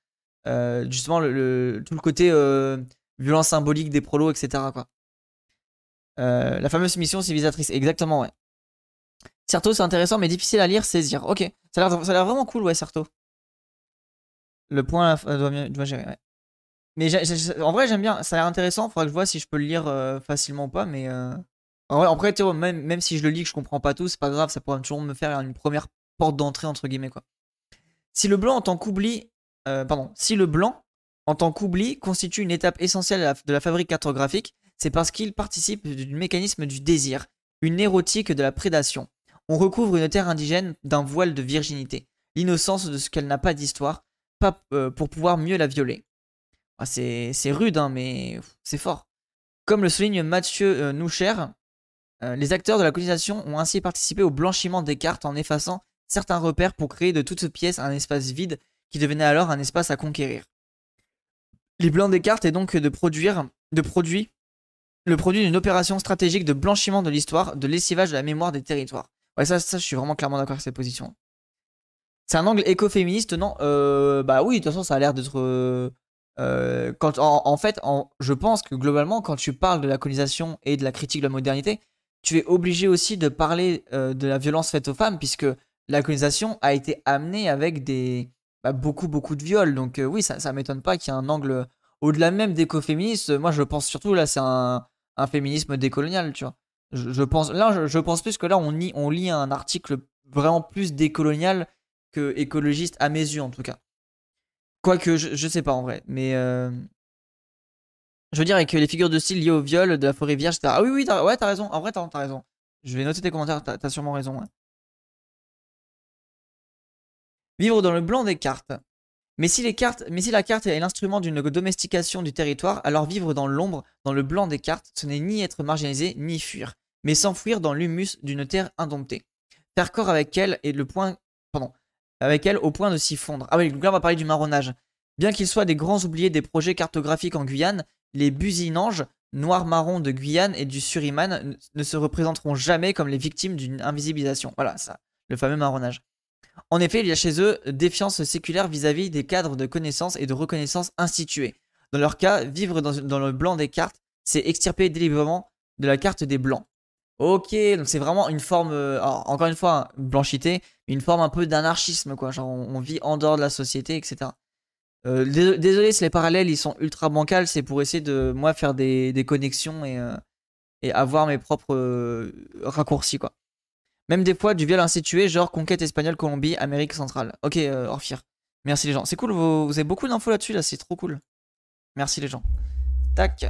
Euh, justement, le, le- tout le côté euh, violence symbolique des prolos, et cetera. Quoi. Euh, la fameuse mission civilisatrice, exactement, ouais. Certo, c'est intéressant, mais difficile à lire, saisir. Ok, ça a l'air ça a l'air vraiment cool, ouais, Certo. Le point euh, doit, mieux- doit gérer, ouais. Mais j'ai- j'ai- en vrai, j'aime bien, ça a l'air intéressant. Faudra que je vois si je peux le lire euh, facilement ou pas, mais. Euh... En vrai, après, tu vois, même, même si je le lis, que je comprends pas tout, c'est pas grave, ça pourra toujours me faire une première porte d'entrée, entre guillemets, quoi. Si le blanc en tant qu'oubli, euh, pardon, si le blanc en tant qu'oubli constitue une étape essentielle de la, de la fabrique cartographique, c'est parce qu'il participe du mécanisme du désir, une érotique de la prédation. On recouvre une terre indigène d'un voile de virginité, l'innocence de ce qu'elle n'a pas d'histoire, pas euh, pour pouvoir mieux la violer. Ah, c'est c'est rude, hein, mais c'est fort. Comme le souligne Mathieu euh, Noucher, euh, les acteurs de la colonisation ont ainsi participé au blanchiment des cartes en effaçant certains repères pour créer de toutes pièces un espace vide qui devenait alors un espace à conquérir. Les blancs des cartes est donc de produire, de produit, le produit d'une opération stratégique de blanchiment de l'histoire, de lessivage de la mémoire des territoires. Ouais, ça, ça je suis vraiment clairement d'accord avec cette position. C'est un angle écoféministe, non euh, Bah oui, de toute façon, ça a l'air d'être. Euh, euh, quand, en, en fait, en, je pense que globalement, quand tu parles de la colonisation et de la critique de la modernité, tu es obligé aussi de parler euh, de la violence faite aux femmes, puisque la colonisation a été amenée avec des bah, beaucoup, beaucoup de viols. Donc euh, oui, ça, ça m'étonne pas qu'il y ait un angle au-delà même d'écoféministe. Moi, je pense surtout là, c'est un, un féminisme décolonial, tu vois. Je, je pense, là, je, je pense plus que là, on, lit, on lit un article vraiment plus décolonial que écologiste à mes yeux en tout cas. Quoique, je, je sais pas en vrai, mais euh, je veux dire avec les figures de style liées au viol de la forêt vierge, et cetera. Ah oui, oui, t'as, ouais, t'as raison, en vrai, t'as, t'as raison. Je vais noter tes commentaires, t'as, t'as sûrement raison. Ouais. Vivre dans le blanc des cartes. Mais si, les cartes, mais si la carte est l'instrument d'une domestication du territoire, alors vivre dans l'ombre, dans le blanc des cartes, ce n'est ni être marginalisé, ni fuir, mais s'enfouir dans l'humus d'une terre indomptée. Faire corps avec elle et le point, pardon, avec elle au point de s'y fondre. Ah oui, donc là on va parler du marronnage. Bien qu'ils soient des grands oubliés des projets cartographiques en Guyane, les businanges, noirs-marrons de Guyane et du Suriname ne se représenteront jamais comme les victimes d'une invisibilisation. Voilà, ça, le fameux marronnage. En effet, il y a chez eux défiance séculaire vis-à-vis des cadres de connaissance et de reconnaissance institués. Dans leur cas, vivre dans, dans le blanc des cartes, c'est extirper délibérément de la carte des blancs. Ok, donc c'est vraiment une forme, euh, alors, encore une fois, hein, blanchité, mais une forme un peu d'anarchisme, quoi. Genre, on, on vit en dehors de la société, et cetera. Euh, dés- désolé si les parallèles ils sont ultra bancals, c'est pour essayer de moi faire des, des connexions et, euh, et avoir mes propres euh, raccourcis, quoi. Même des fois du viol institué, genre conquête espagnole, Colombie, Amérique centrale. Ok, euh, Orphir. Merci les gens. C'est cool, vous, vous avez beaucoup d'infos là-dessus, là, c'est trop cool. Merci les gens. Tac.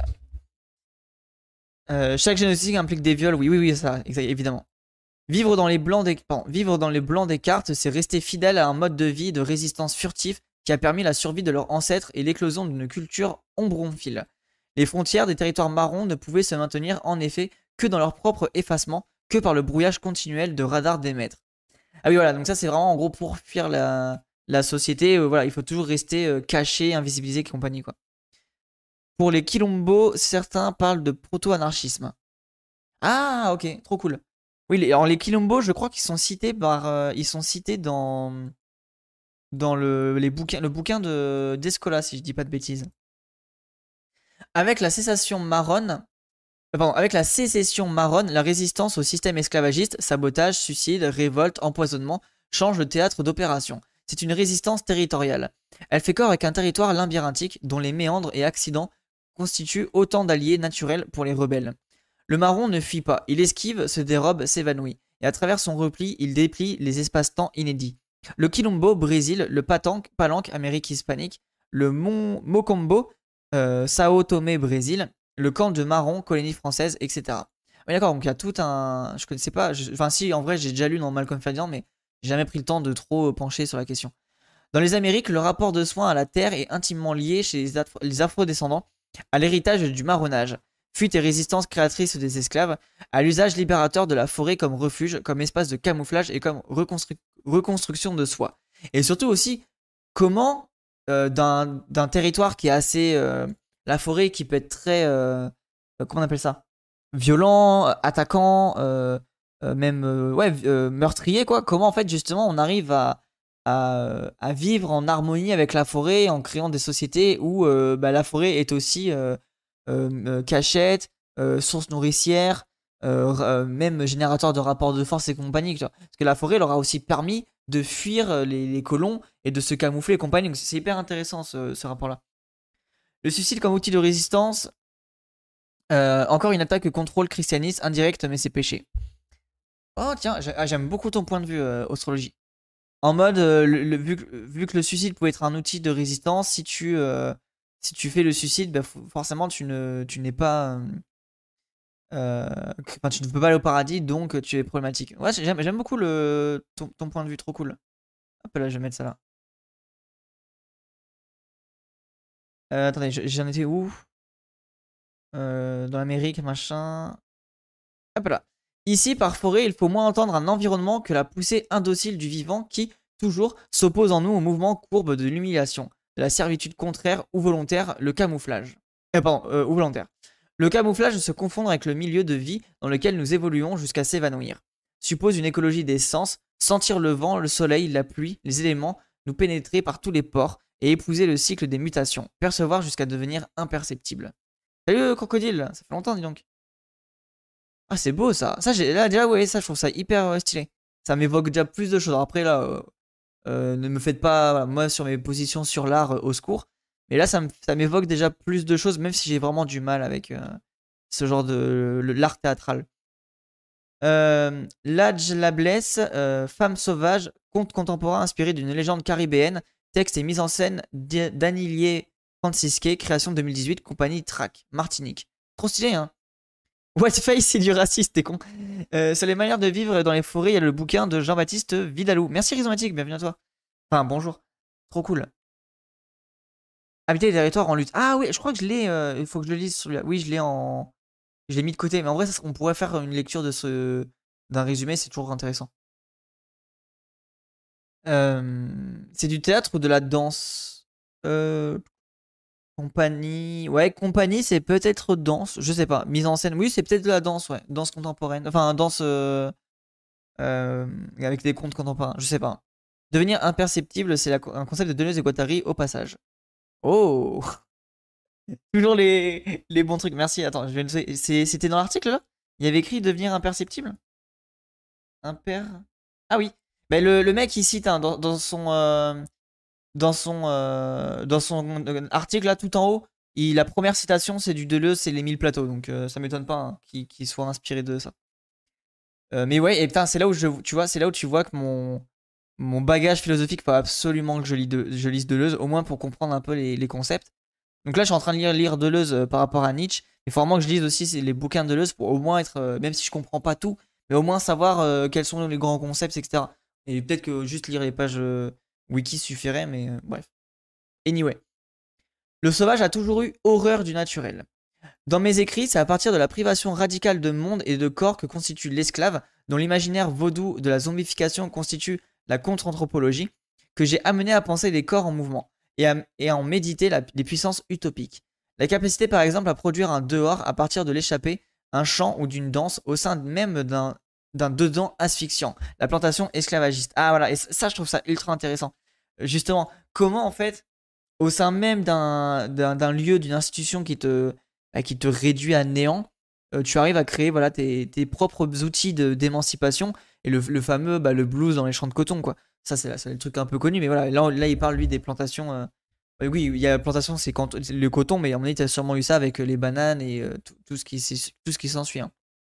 Euh, chaque génocide implique des viols, oui, oui, oui, ça, évidemment. Vivre dans les blancs des, pardon, vivre dans les blancs des cartes, c'est rester fidèle à un mode de vie de résistance furtif qui a permis la survie de leurs ancêtres et l'éclosion d'une culture ombronphile. Les frontières des territoires marrons ne pouvaient se maintenir en effet que dans leur propre effacement, que par le brouillage continuel de radars d'émettre. Ah oui, voilà, donc ça c'est vraiment en gros pour fuir la, la société. Euh, voilà, il faut toujours rester euh, caché, invisibilisé et compagnie, quoi. Pour les Quilombos, certains parlent de proto-anarchisme. Ah, ok, trop cool. Oui, les, alors les Quilombos, je crois qu'ils sont cités par, euh, ils sont cités dans, dans le, les bouquins, le bouquin de d'Escola, si je dis pas de bêtises. Avec la cessation marronne, euh, pardon, avec la sécession marronne, la résistance au système esclavagiste, sabotage, suicide, révolte, empoisonnement, change le théâtre d'opération. C'est une résistance territoriale. Elle fait corps avec un territoire labyrinthique dont les méandres et accidents constituent autant d'alliés naturels pour les rebelles. Le marron ne fuit pas, il esquive, se dérobe, s'évanouit, et à travers son repli, il déplie les espaces-temps inédits. Le Quilombo, Brésil, le Patanque, Palanque, Amérique hispanique, le Mon Mocombo, euh, Sao Tomé, Brésil, le camp de Marron, colonie française, et cetera. Oui, d'accord, donc il y a tout un. Je connaissais pas. je- Enfin, si, en vrai, j'ai déjà lu dans Malcolm Ferdinand, mais j'ai jamais pris le temps de trop pencher sur la question. Dans les Amériques, le rapport de soin à la terre est intimement lié chez les, Afro- les afro-descendants à l'héritage du marronnage, fuite et résistance créatrice des esclaves, à l'usage libérateur de la forêt comme refuge, comme espace de camouflage et comme reconstru- reconstruction de soi. Et surtout aussi, comment euh, d'un d'un territoire qui est assez... euh, la forêt qui peut être très... euh, euh, comment on appelle ça? Violent, euh, attaquant, euh, euh, même euh, ouais, euh, meurtrier, quoi. Comment en fait justement on arrive à à, à vivre en harmonie avec la forêt en créant des sociétés où euh, bah, la forêt est aussi euh, euh, euh, cachette, euh, source nourricière, euh, euh, même générateur de rapports de force et compagnie. Tu vois. Parce que la forêt leur a aussi permis de fuir les, les colons et de se camoufler et compagnie. Donc c'est hyper intéressant ce, ce rapport-là. Le suicide comme outil de résistance, euh, encore une attaque contre le christianisme, indirecte mais c'est péché. Oh tiens, j'aime beaucoup ton point de vue, euh, astrologie. En mode, euh, le, le, vu, que, vu que le suicide peut être un outil de résistance, si tu, euh, si tu fais le suicide, bah, forcément tu ne tu n'es pas... Euh, enfin, tu ne peux pas aller au paradis, donc tu es problématique. Ouais, j'aime beaucoup le, ton, ton point de vue, trop cool. Hop là, je vais mettre ça là. Euh, attendez, j'en étais où euh, Dans l'Amérique, machin. Hop là. Ici, par forêt, il faut moins entendre un environnement que la poussée indocile du vivant qui, toujours, s'oppose en nous au mouvement courbe de l'humiliation, de la servitude contraire ou volontaire, le camouflage. Euh, pardon, euh, ou volontaire. Le camouflage se confondre avec le milieu de vie dans lequel nous évoluons jusqu'à s'évanouir. Suppose une écologie des sens, sentir le vent, le soleil, la pluie, les éléments, nous pénétrer par tous les pores et épouser le cycle des mutations, percevoir jusqu'à devenir imperceptible. Salut crocodile, ça fait longtemps dis donc. Ah, c'est beau ça. Ça, j'ai là déjà, ouais, ça, je trouve ça hyper euh, stylé. Ça m'évoque déjà plus de choses. Alors, après, là, euh, euh, ne me faites pas, voilà, moi, sur mes positions sur l'art, euh, au secours. Mais là, ça m'évoque déjà plus de choses, même si j'ai vraiment du mal avec euh, ce genre de l'art théâtral. Euh, Ladj Lablesse, euh, Femme sauvage, conte contemporain inspiré d'une légende caribéenne, texte et mise en scène d'Anilier Francisque, création deux mille dix-huit, compagnie Track, Martinique. Trop stylé, hein. Whiteface, c'est du raciste, t'es con. Euh, sur les manières de vivre dans les forêts, il y a le bouquin de Jean-Baptiste Vidalou. Merci Rhizomatique, bienvenue à toi. Enfin, bonjour. Trop cool. Habiter les territoires en lutte. Ah oui, je crois que je l'ai. Euh, il faut que je le lise celui-là. Oui, je l'ai en. Je l'ai mis de côté. Mais en vrai, ça, on pourrait faire une lecture de ce d'un résumé, c'est toujours intéressant. Euh, c'est du théâtre ou de la danse euh, Compagnie. Ouais, compagnie, c'est peut-être danse. Je sais pas. Mise en scène. Oui, c'est peut-être de la danse, ouais. Danse contemporaine. Enfin, danse. Euh, euh, avec des contes contemporains. Je sais pas. Devenir imperceptible, c'est un concept de Deleuze et Guattari au passage. Oh. Toujours les, les bons trucs. Merci. Attends, je vais le... C'était dans l'article là. Il y avait écrit devenir imperceptible. Imper. Ah oui. Mais le, le mec il cite hein, dans, dans son euh, dans son euh, dans son euh, article là tout en haut. Il, la première citation c'est du Deleuze, c'est les mille plateaux. Donc euh, ça m'étonne pas hein, qu'il qu'il soit inspiré de ça. Euh, mais ouais, et putain, c'est là où je, tu vois, c'est là où tu vois que mon mon bagage philosophique faut absolument que je, lis de, je lise Deleuze, au moins pour comprendre un peu les, les concepts. Donc là, je suis en train de lire, lire Deleuze euh, par rapport à Nietzsche. Il faut vraiment que je lise aussi les bouquins de Deleuze pour au moins être, euh, même si je comprends pas tout, mais au moins savoir euh, quels sont les grands concepts, et cetera. Et peut-être que juste lire les pages euh, wiki suffirait, mais euh, bref. Anyway. Le sauvage a toujours eu horreur du naturel. Dans mes écrits, c'est à partir de la privation radicale de monde et de corps que constitue l'esclave, dont l'imaginaire vaudou de la zombification constitue la contre-anthropologie, que j'ai amené à penser les corps en mouvement et à, et à en méditer la, les puissances utopiques. La capacité par exemple à produire un dehors à partir de l'échappée, un chant ou d'une danse au sein même d'un d'un dedans asphyxiant. La plantation esclavagiste. Ah voilà, et ça je trouve ça ultra intéressant. Justement, comment en fait, au sein même d'un d'un lieu, d'une institution qui te, bah, qui te réduit à néant, euh, tu arrives à créer voilà, tes, tes propres outils d'émancipation et le, le fameux bah, le blues dans les champs de coton quoi. Ça c'est le truc un peu connu, mais voilà, là, là il parle lui des plantations. Euh, oui, il y a la plantation, c'est le coton, mais à mon avis, tu as sûrement eu ça avec les bananes et euh, tout, tout ce qui, tout ce qui s'ensuit. Hein.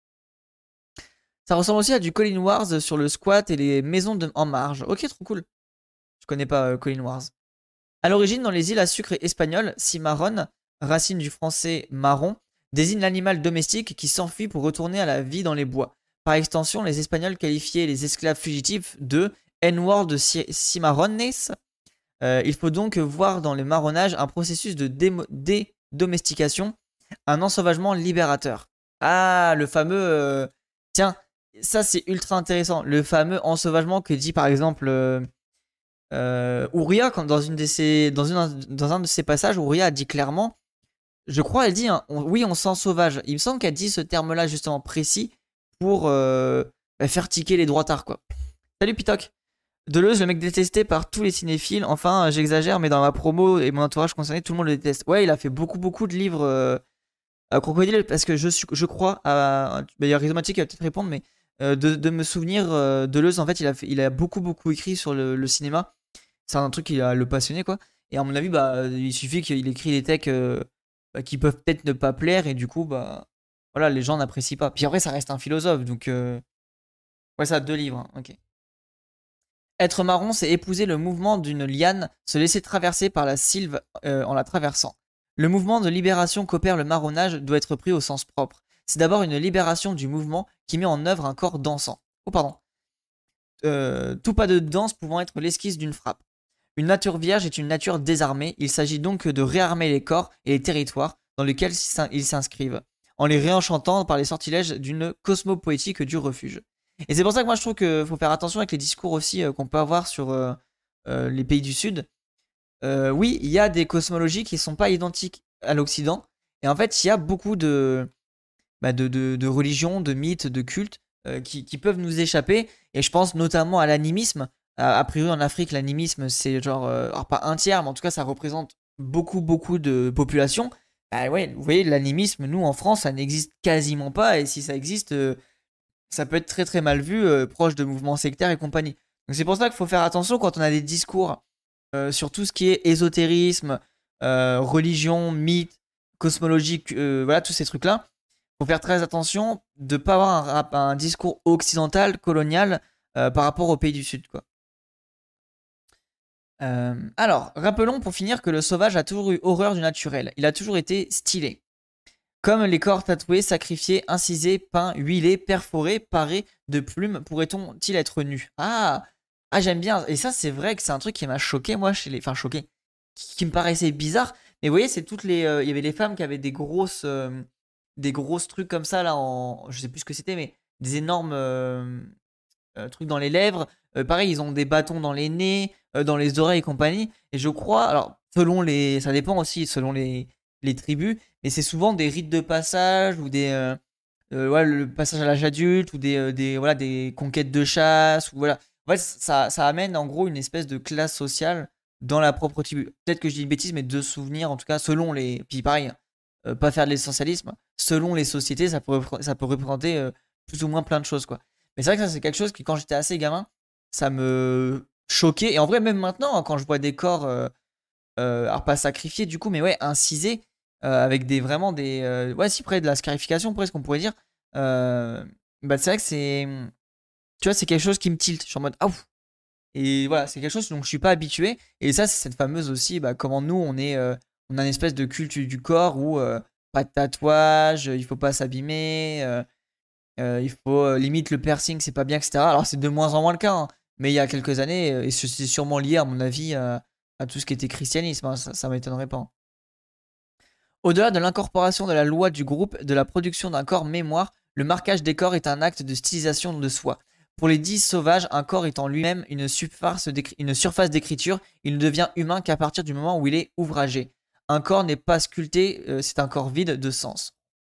Ça ressemble aussi à du Colin Wars sur le squat et les maisons de, en marge. Ok, trop cool. Je connais pas euh, Colin Wars. À l'origine, dans les îles à sucre espagnoles, cimarron, racine du français marron, désigne l'animal domestique qui s'enfuit pour retourner à la vie dans les bois. Par extension, les Espagnols qualifiaient les esclaves fugitifs de N-word cimarrones. Euh, il faut donc voir dans le marronnage un processus de dédomestication, un ensauvagement libérateur. Ah, le fameux... Euh... Tiens, ça c'est ultra intéressant. Le fameux ensauvagement que dit par exemple... Euh... Euh, Ouria, quand dans, une de ses, dans, une, dans un de ses passages, Ouria a dit clairement, je crois, elle dit, hein, on, oui, on sent sauvage. Il me semble qu'elle dit ce terme-là justement précis pour euh, bah, faire tiquer les droitards, quoi. Salut Pitoc. Deleuze, le mec détesté par tous les cinéphiles. Enfin, j'exagère, mais dans ma promo et mon entourage concerné, tout le monde le déteste. Ouais, il a fait beaucoup, beaucoup de livres euh, à Crocodile parce que je, suis- je crois à. D'ailleurs, Rhizomatique va peut-être répondre, mais euh, de, de me souvenir, euh, Deleuze, en fait, il a, fait- il a beaucoup, beaucoup écrit sur le, le cinéma. C'est un truc qui a le passionné, quoi. Et à mon avis, bah, il suffit qu'il écrit des textes euh, bah, qui peuvent peut-être ne pas plaire, et du coup, bah, voilà, les gens n'apprécient pas. Puis après, ça reste un philosophe, donc. euh, Ouais, ça, deux livres, hein, ok. Être marron, c'est épouser le mouvement d'une liane, se laisser traverser par la sylve euh, en la traversant. Le mouvement de libération qu'opère le marronnage doit être pris au sens propre. C'est d'abord une libération du mouvement qui met en œuvre un corps dansant. Oh, pardon. Euh, tout pas de danse pouvant être l'esquisse d'une frappe. Une nature vierge est une nature désarmée. Il s'agit donc de réarmer les corps et les territoires dans lesquels ils s'inscrivent, en les réenchantant par les sortilèges d'une cosmopoétique du refuge. Et c'est pour ça que moi je trouve qu'il faut faire attention avec les discours aussi euh, qu'on peut avoir sur euh, euh, les pays du Sud. Euh, oui, il y a des cosmologies qui ne sont pas identiques à l'Occident. Et en fait, il y a beaucoup de, bah, de, de, de religions, de mythes, de cultes euh, qui, qui peuvent nous échapper. Et je pense notamment à l'animisme. A, a priori, en Afrique, l'animisme, c'est genre, euh, alors pas un tiers, mais en tout cas, ça représente beaucoup, beaucoup de population. Bah ouais, vous voyez, l'animisme, nous, en France, ça n'existe quasiment pas. Et si ça existe, euh, ça peut être très, très mal vu, euh, proche de mouvements sectaires et compagnie. Donc c'est pour ça qu'il faut faire attention quand on a des discours euh, sur tout ce qui est ésotérisme, euh, religion, mythe, cosmologie, euh, voilà, tous ces trucs-là. Il faut faire très attention de ne pas avoir un, un discours occidental, colonial, euh, par rapport aux pays du Sud, quoi. Euh, alors, rappelons pour finir que le sauvage a toujours eu horreur du naturel. Il a toujours été stylé. Comme les corps tatoués, sacrifiés, incisés, peints, huilés, perforés, parés de plumes, pourrait-on-il être nus? Ah, ah j'aime bien. Et ça, c'est vrai que c'est un truc qui m'a choqué, moi, chez les. Enfin, choqué. Qui, qui me paraissait bizarre. Mais vous voyez, c'est toutes les. euh, Il y avait les femmes qui avaient des grosses. euh, des grosses trucs comme ça, là, en. Je sais plus ce que c'était, mais des énormes. euh, euh, trucs dans les lèvres. Euh, pareil, ils ont des bâtons dans les nez, euh, dans les oreilles et compagnie. Et je crois, alors, selon les. Ça dépend aussi, selon les, les tribus, mais c'est souvent des rites de passage ou des. Euh, euh, ouais, le passage à l'âge adulte ou des, euh, des, voilà, des conquêtes de chasse. Ou voilà. En fait, ça, ça amène en gros une espèce de classe sociale dans la propre tribu. Peut-être que je dis une bêtise, mais de souvenirs, en tout cas, selon les. Puis pareil, euh, pas faire de l'essentialisme. Selon les sociétés, ça peut, ça peut représenter euh, plus ou moins plein de choses, quoi. Mais c'est vrai que ça, c'est quelque chose qui, quand j'étais assez gamin, ça me choquait. Et en vrai, même maintenant, hein, quand je vois des corps, euh, euh, alors pas sacrifiés du coup, mais ouais, incisés, euh, avec des vraiment des. Euh, ouais, si près de la scarification, presque, on pourrait dire. euh, bah, c'est vrai que c'est. Tu vois, c'est quelque chose qui me tilte. Je suis en mode, ah ouf. Et voilà, c'est quelque chose dont je suis pas habitué. Et ça, c'est cette fameuse aussi, bah, comment nous, on est. euh, on a une espèce de culte du corps où euh, pas de tatouage, il faut pas s'abîmer. euh, euh, il faut euh, limite le piercing, c'est pas bien, et cetera. Alors c'est de moins en moins le cas, hein. Mais il y a quelques années, euh, et c'est sûrement lié à mon avis à, à tout ce qui était christianisme, hein, ça, ça m'étonnerait pas, hein. Au-delà de l'incorporation de la loi du groupe, de la production d'un corps mémoire, le marquage des corps est un acte de stylisation de soi. Pour les dix sauvages, un corps est en lui-même une surface d'écri- une surface d'écriture, il ne devient humain qu'à partir du moment où il est ouvragé. Un corps n'est pas sculpté, euh, c'est un corps vide de sens.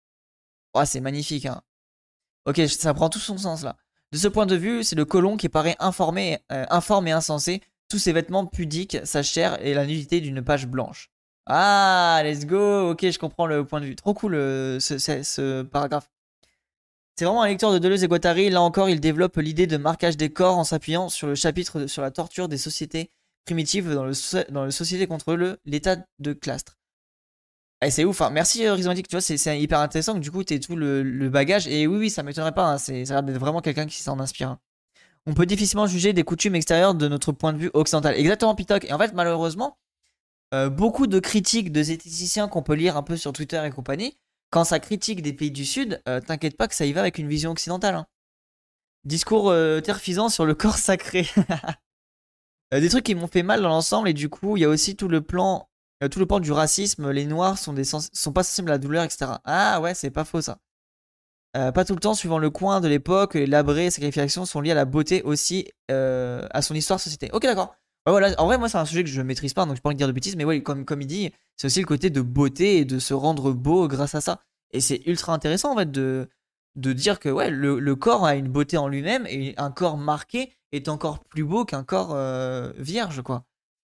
Oh, c'est magnifique, hein. Ok, ça prend tout son sens là. De ce point de vue, c'est le colon qui paraît informé, euh, informe et insensé, tous ses vêtements pudiques, sa chair et la nudité d'une page blanche. Ah, let's go. Ok, je comprends le point de vue. Trop cool euh, ce, ce- ce paragraphe. C'est vraiment un lecteur de Deleuze et Guattari. Là encore, il développe l'idée de marquage des corps en s'appuyant sur le chapitre de- sur la torture des sociétés primitives dans le, so- dans le société contre le l'état de Clastre. Eh, c'est ouf, hein. Merci euh, Rhizomatic, tu vois, c'est c'est hyper intéressant que du coup t'aies tout le, le bagage. Et oui, oui, ça m'étonnerait pas, hein, c'est, ça a l'air d'être vraiment quelqu'un qui s'en inspire, hein. On peut difficilement juger des coutumes extérieures de notre point de vue occidental. Exactement, Pitoc. Et en fait, malheureusement, euh, beaucoup de critiques de zététiciens qu'on peut lire un peu sur Twitter et compagnie, quand ça critique des pays du Sud, euh, t'inquiète pas que ça y va avec une vision occidentale, hein. Discours euh, terfisant sur le corps sacré. Euh, des trucs qui m'ont fait mal dans l'ensemble, et du coup, il y a aussi tout le plan, euh, tout le pan du racisme. Les noirs sont, des sens- sont pas sensibles à la douleur, et cetera. Ah ouais, c'est pas faux ça. Euh, pas tout le temps, suivant le coin de l'époque, les labrés et sacrifications sont liés à la beauté aussi, euh, à son histoire, société. Ok, d'accord. Ouais, voilà. En vrai, moi, c'est un sujet que je maîtrise pas, donc je pas envie de dire de bêtises, mais ouais, comme, comme il dit, c'est aussi le côté de beauté et de se rendre beau grâce à ça. Et c'est ultra intéressant, en fait, de, de dire que ouais, le, le corps a une beauté en lui-même et un corps marqué. est encore plus beau qu'un corps euh, vierge, quoi.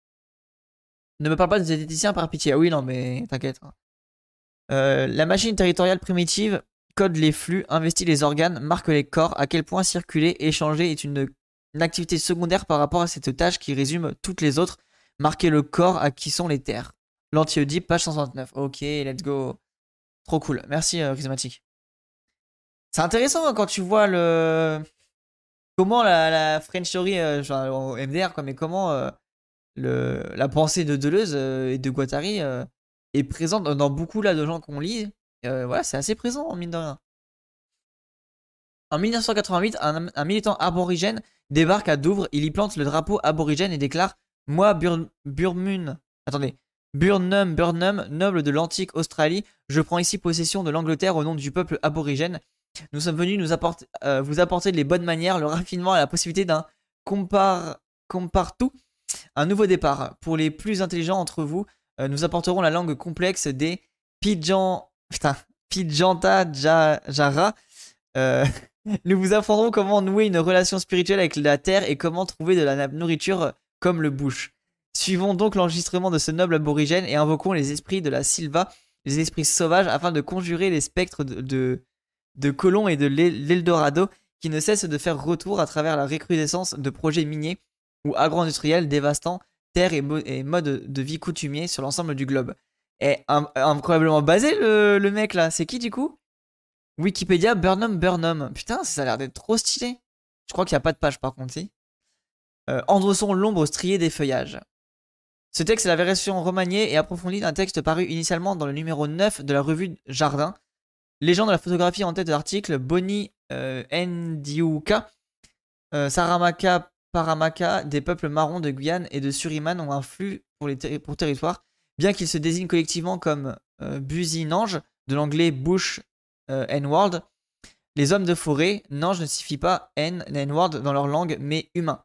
Ne me parle pas de zététicien par pitié. Ah oui, non, mais t'inquiète. Euh, la machine territoriale primitive code les flux, investit les organes, marque les corps, à quel point circuler, échanger est une, une activité secondaire par rapport à cette tâche qui résume toutes les autres. Marquer le corps à qui sont les terres. L'Anti-Oedipe, page cent soixante-neuf. Ok, let's go. Trop cool. Merci, euh, Prismatic. C'est intéressant hein, quand tu vois le. Comment la, la French Theory, euh, genre en M D R, quoi, mais comment euh, le, la pensée de Deleuze euh, et de Guattari euh, est présente dans beaucoup là de gens qu'on lit. Euh, voilà, c'est assez présent, en mine de rien. En mille neuf cent quatre-vingt-huit, un, un militant aborigène débarque à Douvres, il y plante le drapeau aborigène et déclare « Moi, Bur Burmun, attendez, Burnham Burnham, noble de l'antique Australie, je prends ici possession de l'Angleterre au nom du peuple aborigène. Nous sommes venus nous apporter, euh, vous apporter les bonnes manières, le raffinement et la possibilité d'un compare, compare tout, un nouveau départ. Pour les plus intelligents entre vous, euh, nous apporterons la langue complexe des Pidjan, putain, Pidjanta Jara. Euh, nous vous apprendrons comment nouer une relation spirituelle avec la terre et comment trouver de la nourriture comme le bush. Suivons donc l'enregistrement de ce noble aborigène et invoquons les esprits de la Silva, les esprits sauvages, afin de conjurer les spectres de, de, de Colomb et de l'Eldorado qui ne cessent de faire retour à travers la recrudescence de projets miniers ou agro-industriels dévastant terre et, mo et mode de vie coutumier sur l'ensemble du globe. Et un, incroyablement basé le, le mec là, c'est qui du coup? Wikipédia, Burnham Burnham. Putain, ça a l'air d'être trop stylé. Je crois qu'il n'y a pas de page par contre, si. Euh, Endossons l'ombre striée des feuillages. Ce texte est la version remaniée et approfondie d'un texte paru initialement dans le numéro neuf de la revue Jardin. Légende de la photographie en tête de l'article, Boni euh, Ndiouka, euh, Saramaka, Paramaka, des peuples marrons de Guyane et de Suriname ont un flux pour, les ter pour territoire, bien qu'ils se désignent collectivement comme euh, Businange, de l'anglais Bush euh, N-word. Les hommes de forêt, Nange ne signifie pas N, N-word dans leur langue, mais humain.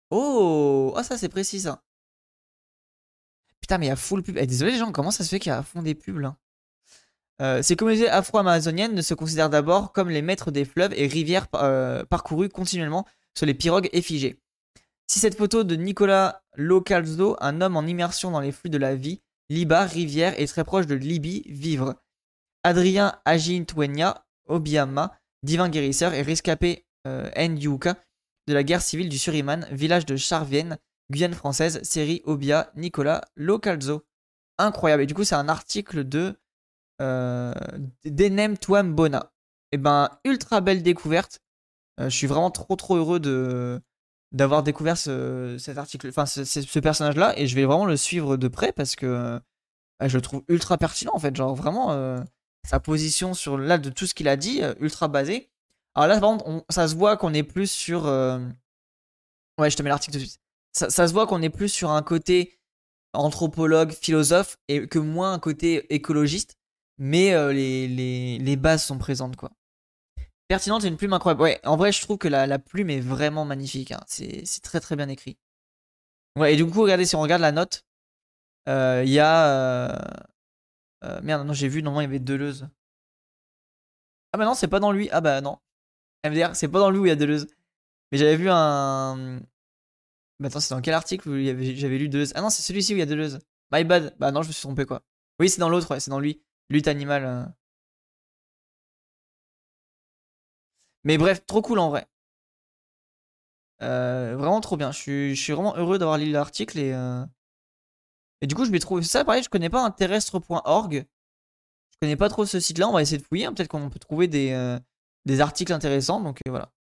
Oh, oh ça c'est précis ça. Putain, mais il y a full pub. Eh, désolé les gens, comment ça se fait qu'il y a à fond des pubs là? euh, Ces communautés afro-amazoniennes ne se considèrent d'abord comme les maîtres des fleuves et rivières euh, parcourus continuellement sur les pirogues effigées. Si cette photo de Nicolas Localzo, un homme en immersion dans les flux de la vie, Liba, rivière, est très proche de Libye, vivre. Adrien Agintwenya, Obiama, divin guérisseur, et rescapé euh, Ndiouka de la guerre civile du Suriname, village de Charvienne, Guyane française, série Obia, Nicolas Localzo. Incroyable. Et du coup, c'est un article de euh, d'Enem Touambona. Et ben, ultra belle découverte. Euh, je suis vraiment trop trop heureux de d'avoir découvert ce, cet article, enfin ce, ce, ce personnage-là, et je vais vraiment le suivre de près parce que euh, je le trouve ultra pertinent en fait. Genre vraiment, euh, sa position sur là de tout ce qu'il a dit, euh, ultra basé. Alors là, par contre, on, ça se voit qu'on est plus sur. Euh... Ouais, je te mets l'article tout de suite. Ça, ça se voit qu'on est plus sur un côté anthropologue, philosophe, et que moins un côté écologiste. Mais euh, les, les, les bases sont présentes, quoi. Pertinente et une plume incroyable. Ouais, en vrai, je trouve que la, la plume est vraiment magnifique. Hein. C'est très très bien écrit. Ouais, et du coup, regardez, si on regarde la note, il euh, y a. Euh... Euh, merde, non, j'ai vu, normalement, il y avait Deleuze. Ah bah non, c'est pas dans lui. Ah bah non. M D R, c'est pas dans lui où il y a Deleuze. Mais j'avais vu un. Bah attends, c'est dans quel article où j'avais lu Deleuze? Ah non, c'est celui-ci où il y a Deleuze. My bad. Bah non, je me suis trompé quoi. Oui, c'est dans l'autre, ouais, c'est dans lui. Lutte animale. Euh... Mais bref, trop cool en vrai. Euh, vraiment trop bien. Je suis, je suis vraiment heureux d'avoir lu l'article et. Euh... Et du coup, je vais trouver ça. Pareil, je connais pas un terrestre point org. Je connais pas trop ce site-là. On va essayer de fouiller. Hein. Peut-être qu'on peut trouver des, euh, des articles intéressants. Donc euh, voilà.